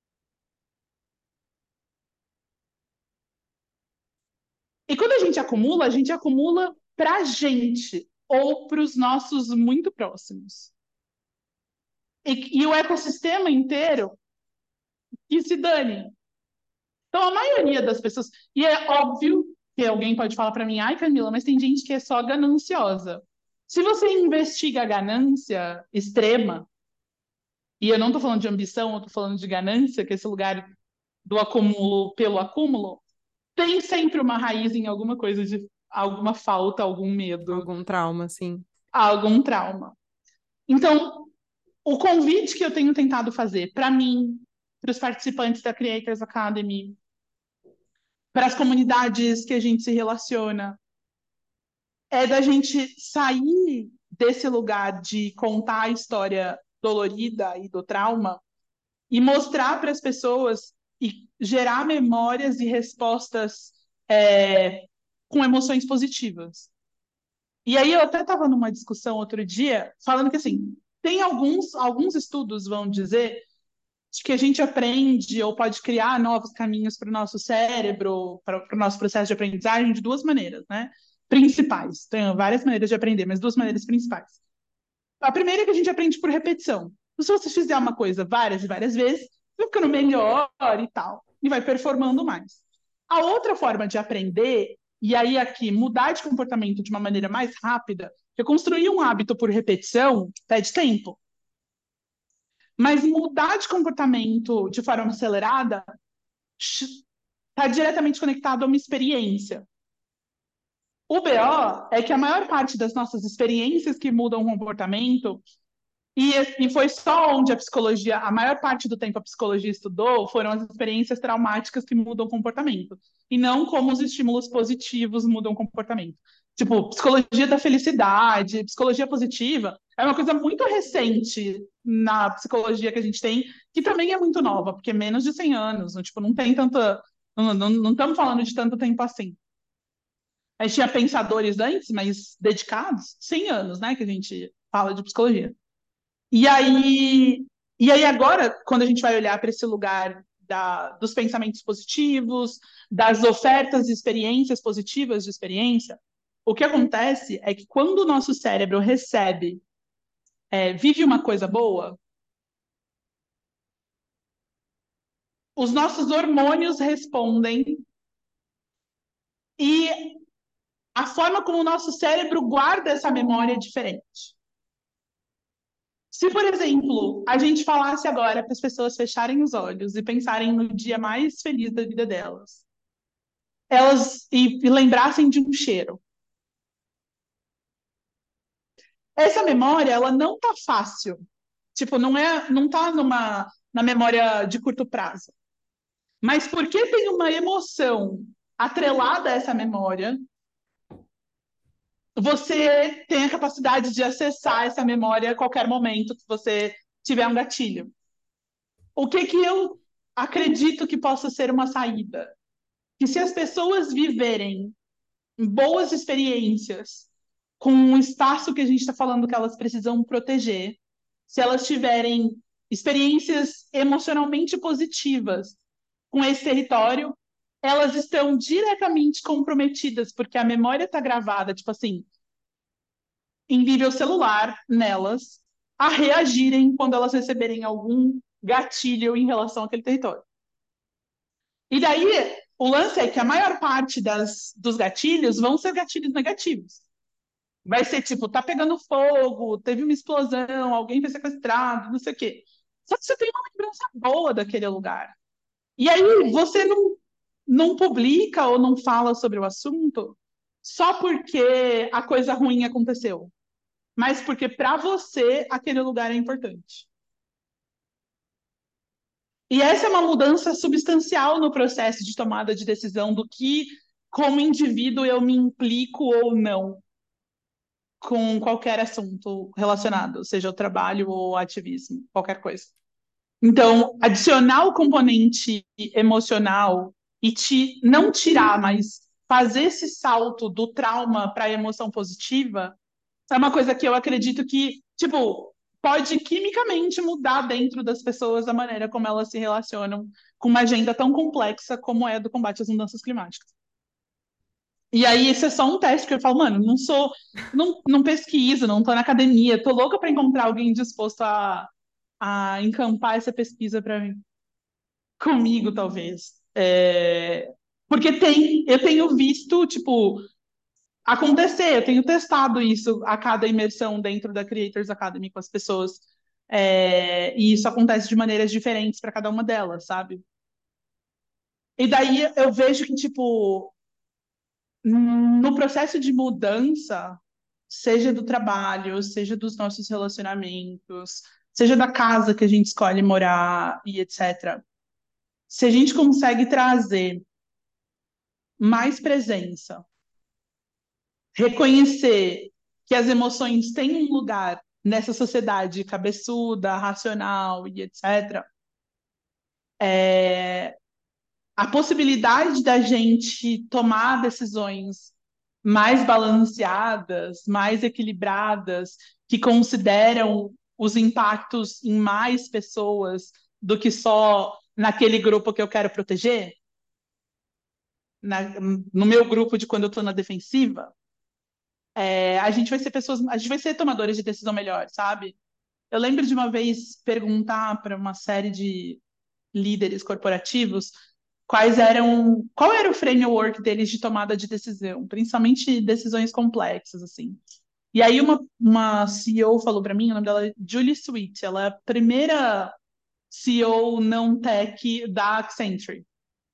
Speaker 2: E quando a gente acumula, a gente acumula para a gente ou para os nossos muito próximos. E, e o ecossistema inteiro que se dane. Então, a maioria das pessoas. E é óbvio que alguém pode falar para mim, ai, Camila, mas tem gente que é só gananciosa. Se você investiga a ganância extrema, e eu não estou falando de ambição, eu estou falando de ganância, que é esse lugar do acúmulo pelo acúmulo, tem sempre uma raiz em alguma coisa de alguma falta, algum medo,
Speaker 1: Algum trauma, sim.
Speaker 2: algum trauma. Então, o convite que eu tenho tentado fazer para mim, para os participantes da Creators Academy, para as comunidades que a gente se relaciona, é da gente sair desse lugar de contar a história dolorida e do trauma e mostrar para as pessoas e gerar memórias e respostas é, com emoções positivas. E aí eu até estava numa discussão outro dia falando que assim tem alguns alguns estudos vão dizer de que a gente aprende ou pode criar novos caminhos para o nosso cérebro, para o nosso processo de aprendizagem de duas maneiras, né? Principais. Tem várias maneiras de aprender, mas duas maneiras principais. A primeira é que a gente aprende por repetição. Se você fizer uma coisa várias e várias vezes, vai ficando melhor e tal, e vai performando mais. A outra forma de aprender, e aí aqui mudar de comportamento de uma maneira mais rápida, é construir um hábito por repetição, pede tempo. Mas mudar de comportamento de forma acelerada está diretamente conectado a uma experiência. O B O é que a maior parte das nossas experiências que mudam o comportamento E, e foi só onde a psicologia, a maior parte do tempo a psicologia estudou, foram as experiências traumáticas que mudam o comportamento, e não como os estímulos positivos mudam o comportamento. Tipo, psicologia da felicidade, psicologia positiva, é uma coisa muito recente na psicologia que a gente tem, que também é muito nova, porque é menos de cem anos, não, tipo, não tem tanta. Não, não, não estamos falando de tanto tempo assim. A gente tinha pensadores antes, mas dedicados, cem anos, né, que a gente fala de psicologia. E aí, e aí agora, quando a gente vai olhar para esse lugar da, dos pensamentos positivos, das ofertas e experiências positivas de experiência, o que acontece é que quando o nosso cérebro recebe, é, vive uma coisa boa, os nossos hormônios respondem e a forma como o nosso cérebro guarda essa memória é diferente. Se, por exemplo, a gente falasse agora para as pessoas fecharem os olhos e pensarem no dia mais feliz da vida delas, elas e, e lembrassem de um cheiro. Essa memória, ela não tá fácil. Tipo, não é, não tá numa na memória de curto prazo. Mas porque tem uma emoção atrelada a essa memória, você tem a capacidade de acessar essa memória a qualquer momento que você tiver um gatilho. O que que eu acredito que possa ser uma saída? Que se as pessoas viverem boas experiências com um espaço que a gente está falando que elas precisam proteger, se elas tiverem experiências emocionalmente positivas com esse território, elas estão diretamente comprometidas, porque a memória está gravada, tipo assim, em nível celular nelas, a reagirem quando elas receberem algum gatilho em relação àquele território. E daí, o lance é que a maior parte das, dos gatilhos vão ser gatilhos negativos. Vai ser tipo, tá pegando fogo, teve uma explosão, alguém foi sequestrado, não sei o quê. Só que você tem uma lembrança boa daquele lugar. E aí você não, não publica ou não fala sobre o assunto só porque a coisa ruim aconteceu, mas porque para você aquele lugar é importante. E essa é uma mudança substancial no processo de tomada de decisão do que, como indivíduo, eu me implico ou não com qualquer assunto relacionado, seja o trabalho ou o ativismo, qualquer coisa. Então, adicionar o componente emocional e te, não tirar, mas fazer esse salto do trauma para a emoção positiva é uma coisa que eu acredito que, tipo, pode quimicamente mudar dentro das pessoas a maneira como elas se relacionam com uma agenda tão complexa como é do combate às mudanças climáticas. E aí, isso é só um teste que eu falo, mano, não sou, não, não pesquiso, não tô na academia, tô louca para encontrar alguém disposto a, a encampar essa pesquisa para mim, comigo, talvez. É, porque tem, eu tenho visto, tipo, acontecer, eu tenho testado isso a cada imersão dentro da Creators Academy com as pessoas. É, e isso acontece de maneiras diferentes para cada uma delas, sabe? E daí eu vejo que, tipo, no processo de mudança, seja do trabalho, seja dos nossos relacionamentos, seja da casa que a gente escolhe morar e etcétera. Se a gente consegue trazer mais presença, reconhecer que as emoções têm um lugar nessa sociedade cabeçuda, racional e etcétera, é, a possibilidade da gente tomar decisões mais balanceadas, mais equilibradas, que consideram os impactos em mais pessoas do que só naquele grupo que eu quero proteger, na, no meu grupo de quando eu estou na defensiva, é, a gente vai ser pessoas, a gente vai ser tomadores de decisão melhor, sabe? Eu lembro de uma vez perguntar para uma série de líderes corporativos quais eram, qual era o framework deles de tomada de decisão, principalmente decisões complexas, assim. E aí uma, uma C E O falou para mim, o nome dela é Julie Sweet, ela é a primeira C E O não tech da Accenture.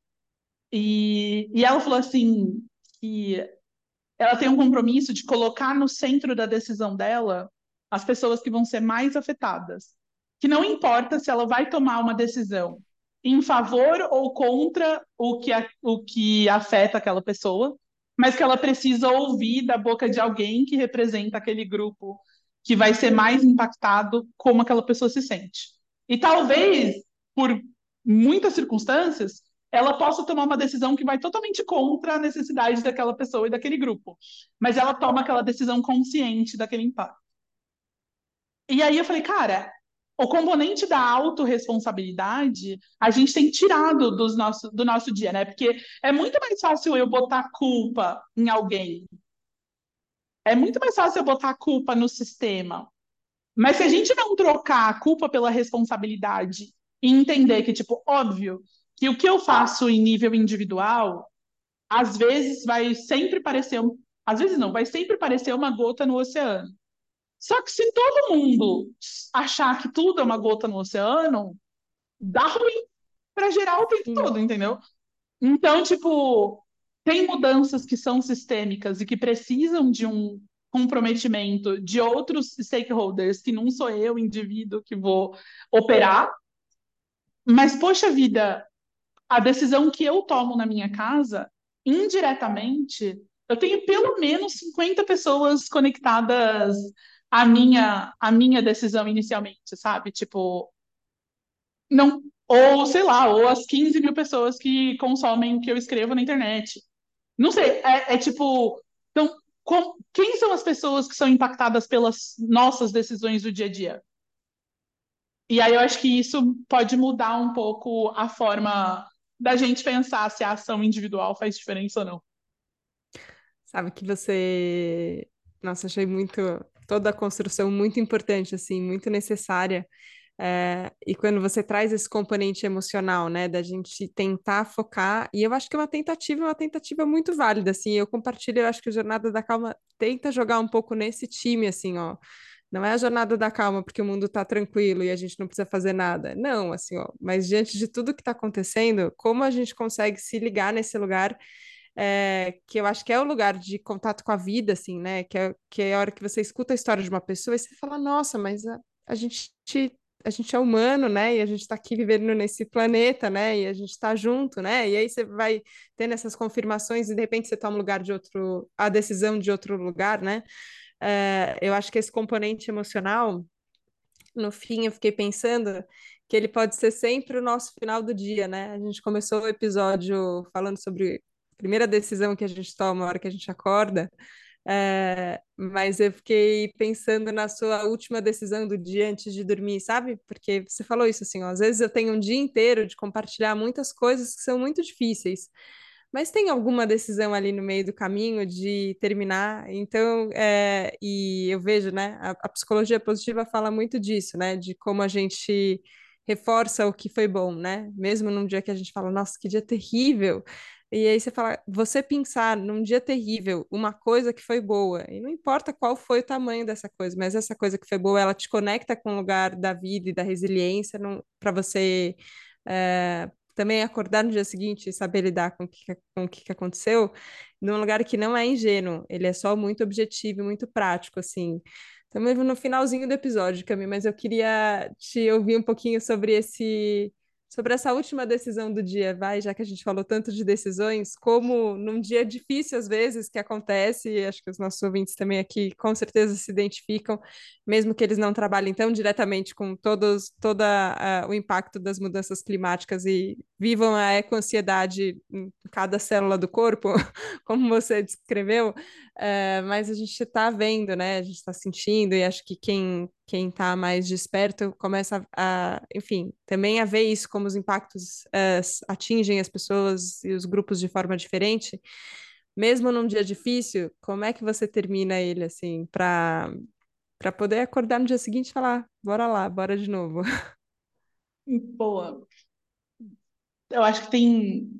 Speaker 2: E, e ela falou assim que ela tem um compromisso de colocar no centro da decisão dela as pessoas que vão ser mais afetadas. Que não importa se ela vai tomar uma decisão em favor ou contra o que, a, o que afeta aquela pessoa, mas que ela precisa ouvir da boca de alguém que representa aquele grupo que vai ser mais impactado como aquela pessoa se sente. E talvez, por muitas circunstâncias, ela possa tomar uma decisão que vai totalmente contra a necessidade daquela pessoa e daquele grupo. Mas ela toma aquela decisão consciente daquele impacto. E aí eu falei, cara, o componente da autorresponsabilidade a gente tem tirado dos nosso, do nosso dia, né? Porque é muito mais fácil eu botar culpa em alguém. É muito mais fácil eu botar a culpa no sistema. Mas se a gente não trocar a culpa pela responsabilidade e entender que, tipo, óbvio, que o que eu faço em nível individual, às vezes vai sempre parecer, um- às vezes não, vai sempre parecer uma gota no oceano. Só que se todo mundo achar que tudo é uma gota no oceano, dá ruim para gerar o tempo
Speaker 1: Sim.
Speaker 2: todo, entendeu? Então, tipo, tem mudanças que são sistêmicas e que precisam de um comprometimento de outros stakeholders, que não sou eu, indivíduo, que vou operar. Mas, poxa vida, a decisão que eu tomo na minha casa, indiretamente, eu tenho pelo menos cinquenta pessoas conectadas à minha, à minha decisão inicialmente, sabe? Tipo, não, ou sei lá, ou as quinze mil pessoas que consomem o que eu escrevo na internet. Não sei, é, é tipo. Então, com- quem são as pessoas que são impactadas pelas nossas decisões do dia a dia? E aí eu acho que isso pode mudar um pouco a forma da gente pensar se a ação individual faz diferença ou não.
Speaker 1: Sabe que você. Nossa, achei muito. Toda a construção muito importante, assim, muito necessária. É, e quando você traz esse componente emocional, né, da gente tentar focar, e eu acho que é uma tentativa, uma tentativa muito válida, assim, eu compartilho, eu acho que a Jornada da Calma tenta jogar um pouco nesse time, assim, ó, não é a Jornada da Calma porque o mundo tá tranquilo e a gente não precisa fazer nada, não, assim, ó, mas diante de tudo que tá acontecendo, como a gente consegue se ligar nesse lugar é, que eu acho que é o lugar de contato com a vida, assim, né? Que é, que é a hora que você escuta a história de uma pessoa e você fala, nossa, mas a, a gente a gente é humano, né? E a gente está aqui vivendo nesse planeta, né? E a gente está junto, né? E aí você vai tendo essas confirmações e de repente você toma um lugar de outro, a decisão de outro lugar, né? É, eu acho que esse componente emocional, no fim, eu fiquei pensando que ele pode ser sempre o nosso final do dia, né? A gente começou o episódio falando sobre a primeira decisão que a gente toma na hora que a gente acorda, é, mas eu fiquei pensando na sua última decisão do dia antes de dormir, sabe? Porque você falou isso assim, ó, às vezes eu tenho um dia inteiro de compartilhar muitas coisas que são muito difíceis. Mas tem alguma decisão ali no meio do caminho de terminar? Então, é, e eu vejo, né, a, a psicologia positiva fala muito disso, né, de como a gente reforça o que foi bom, né? Mesmo num dia que a gente fala, nossa, que dia terrível. E aí você fala, você pensar num dia terrível, uma coisa que foi boa, e não importa qual foi o tamanho dessa coisa, mas essa coisa que foi boa, ela te conecta com o lugar da vida e da resiliência para você é, também acordar no dia seguinte e saber lidar com o que, com o que que aconteceu, num lugar que não é ingênuo, ele é só muito objetivo e muito prático, assim. Estamos no finalzinho do episódio, Cami, mas eu queria te ouvir um pouquinho sobre esse, sobre essa última decisão do dia, vai, já que a gente falou tanto de decisões, como num dia difícil às vezes que acontece, e acho que os nossos ouvintes também aqui com certeza se identificam, mesmo que eles não trabalhem tão diretamente com todos, todo o impacto das mudanças climáticas e vivam a eco-ansiedade em cada célula do corpo, como você descreveu, é, mas a gente está vendo, né? A gente está sentindo, e acho que quem quem está mais desperto começa a, a, enfim, também a ver isso, como os impactos é, atingem as pessoas e os grupos de forma diferente. Mesmo num dia difícil, como é que você termina ele, assim, para para poder acordar no dia seguinte e falar, bora lá, bora de novo.
Speaker 2: Boa. Eu acho que tem,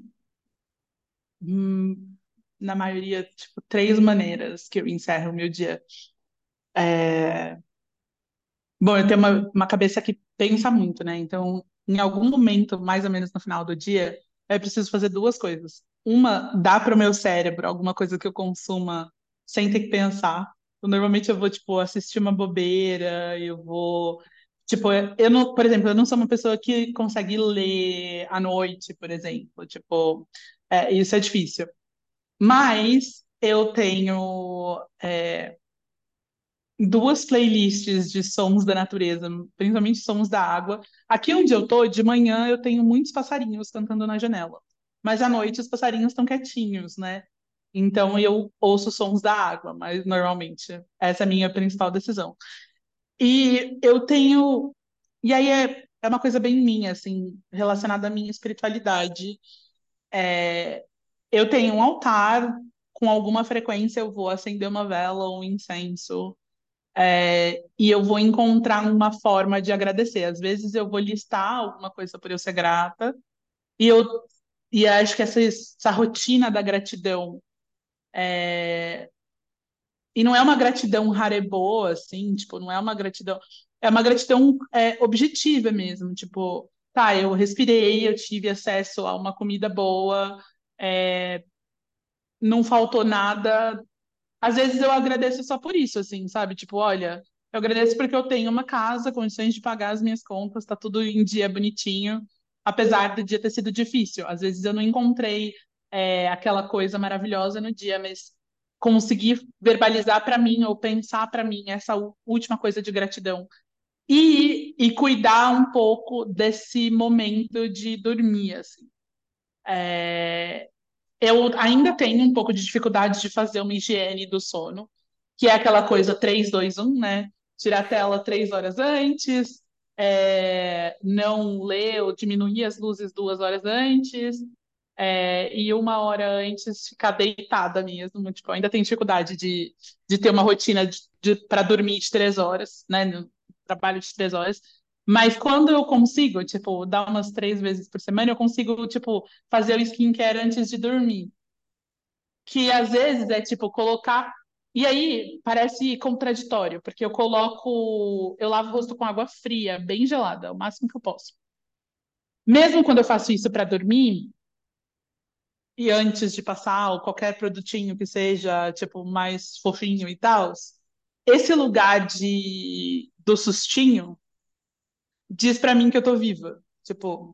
Speaker 2: hum, na maioria, tipo, três maneiras que eu encerro o meu dia. É, Bom, eu tenho uma, uma cabeça que pensa muito, né? Então, em algum momento, mais ou menos no final do dia, é preciso fazer duas coisas. Uma, dar para o meu cérebro alguma coisa que eu consuma sem ter que pensar. Então, normalmente eu vou, tipo, assistir uma bobeira, eu vou. Tipo, eu não, por exemplo, eu não sou uma pessoa que consegue ler à noite, por exemplo. Tipo, é, isso é difícil. Mas eu tenho é, duas playlists de sons da natureza, principalmente sons da água. Aqui onde eu tô, de manhã eu tenho muitos passarinhos cantando na janela. Mas à noite os passarinhos estão quietinhos, né? Então eu ouço sons da água, mas normalmente essa é a minha principal decisão. E eu tenho. E aí é, é uma coisa bem minha, assim, relacionada à minha espiritualidade. É, eu tenho um altar, com alguma frequência eu vou acender uma vela ou um incenso, é, e eu vou encontrar uma forma de agradecer. Às vezes eu vou listar alguma coisa por eu ser grata, e eu e acho que essa, essa rotina da gratidão. E não é uma gratidão hareboa, assim, tipo, não é uma gratidão. É uma gratidão é, objetiva mesmo, tipo, tá, eu respirei, eu tive acesso a uma comida boa, é, não faltou nada. Às vezes eu agradeço só por isso, assim, sabe? Tipo, olha, eu agradeço porque eu tenho uma casa, condições de pagar as minhas contas, tá tudo em dia bonitinho, apesar do dia ter sido difícil. Às vezes eu não encontrei é, aquela coisa maravilhosa no dia, mas consegui verbalizar para mim ou pensar para mim essa u- última coisa de gratidão. E, e cuidar um pouco desse momento de dormir, assim. É, eu ainda tenho um pouco de dificuldade de fazer uma higiene do sono, que é aquela coisa três dois um, né? Tirar a tela três horas antes, é, não ler ou diminuir as luzes duas horas antes, é, e uma hora antes ficar deitada mesmo. Tipo, eu ainda tenho dificuldade de, de ter uma rotina de, de, para dormir de três horas, né? No trabalho de três horas. Mas quando eu consigo, tipo, dar umas três vezes por semana, eu consigo, tipo, fazer o skincare antes de dormir. Que às vezes é, tipo, colocar. E aí parece contraditório, porque eu coloco. Eu lavo o rosto com água fria, bem gelada, o máximo que eu posso. Mesmo quando eu faço isso para dormir, e antes de passar ou qualquer produtinho que seja, tipo, mais fofinho e tal, esse lugar de do sustinho diz pra mim que eu tô viva. Tipo,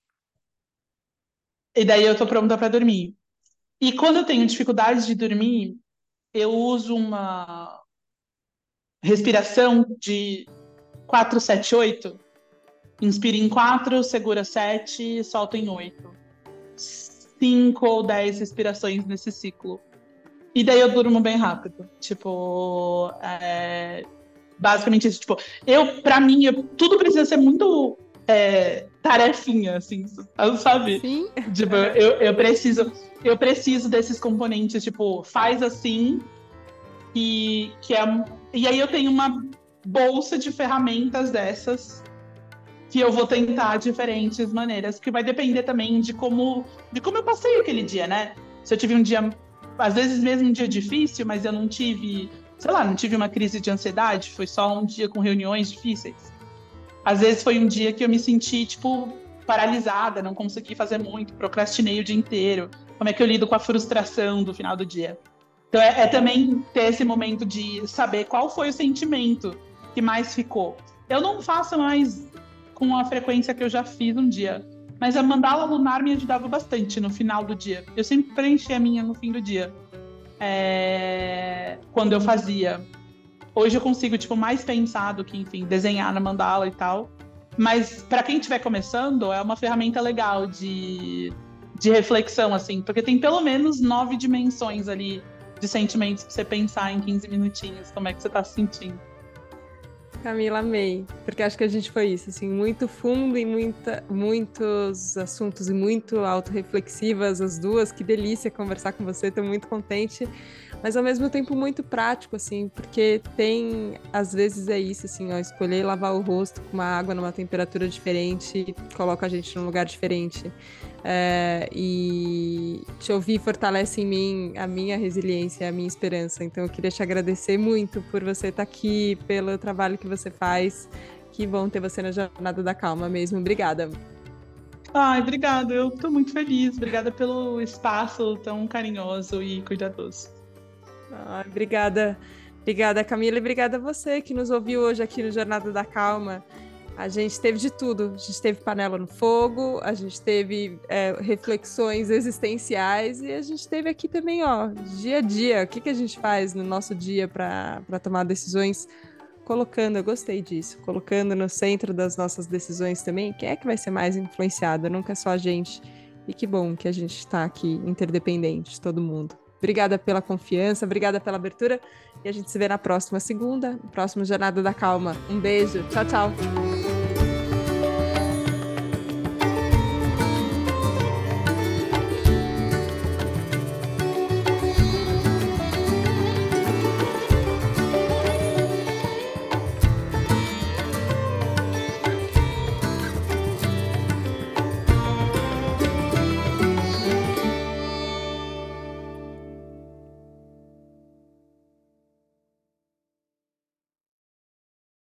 Speaker 2: e daí eu tô pronta pra dormir. E quando eu tenho dificuldade de dormir, eu uso uma respiração de quatro sete oito. Inspira em quatro, segura sete, solta em oito. Cinco ou dez respirações nesse ciclo. E daí eu durmo bem rápido. Tipo, é, basicamente isso. Tipo, eu, pra mim, eu- tudo precisa ser muito é, tarefinha, assim, sabe?
Speaker 1: Sim.
Speaker 2: Tipo, eu, eu preciso, eu preciso desses componentes, tipo, faz assim, e que é, e aí eu tenho uma bolsa de ferramentas dessas que eu vou tentar diferentes maneiras, que vai depender também de como, de como eu passei aquele dia, né? Se eu tive um dia, às vezes mesmo um dia difícil, mas eu não tive, sei lá, não tive uma crise de ansiedade, foi só um dia com reuniões difíceis. Às vezes foi um dia que eu me senti, tipo, paralisada, não consegui fazer muito, procrastinei o dia inteiro. Como é que eu lido com a frustração do final do dia? Então é, é também ter esse momento de saber qual foi o sentimento que mais ficou. Eu não faço mais com a frequência que eu já fiz um dia, mas a mandala lunar me ajudava bastante no final do dia. Eu sempre preenchia a minha no fim do dia, é... quando eu fazia. Hoje eu consigo, tipo, mais pensar do que, enfim, desenhar na mandala e tal. Mas para quem estiver começando, é uma ferramenta legal de, de reflexão, assim, porque tem pelo menos nove dimensões ali de sentimentos para você pensar em quinze minutinhos, como é que você tá se sentindo.
Speaker 1: Camila, amei, porque acho que a gente foi isso, assim, muito fundo e muita, muitos assuntos e muito autorreflexivas as duas, que delícia conversar com você, estou muito contente, mas ao mesmo tempo muito prático, assim, porque tem, às vezes é isso, assim, ó, escolher lavar o rosto com uma água numa temperatura diferente, coloca a gente num lugar diferente. É, e te ouvir fortalece em mim a minha resiliência, a minha esperança. Então, eu queria te agradecer muito por você estar aqui, pelo trabalho que você faz. Que bom ter você na Jornada da Calma mesmo. Obrigada.
Speaker 2: Ai, obrigada, eu tô muito feliz. Obrigada pelo espaço tão carinhoso e cuidadoso.
Speaker 1: Ai, obrigada. Obrigada, Camila, e obrigada a você que nos ouviu hoje aqui no Jornada da Calma. A gente teve de tudo. A gente teve panela no fogo, a gente teve é, reflexões existenciais e a gente teve aqui também, ó, dia a dia. O que, que a gente faz no nosso dia para para tomar decisões? Colocando, eu gostei disso, colocando no centro das nossas decisões também, quem é que vai ser mais influenciado? Nunca é só a gente. E que bom que a gente está aqui interdependente, todo mundo. Obrigada pela confiança, obrigada pela abertura e a gente se vê na próxima segunda, próxima Jornada da Calma. Um beijo, tchau, tchau.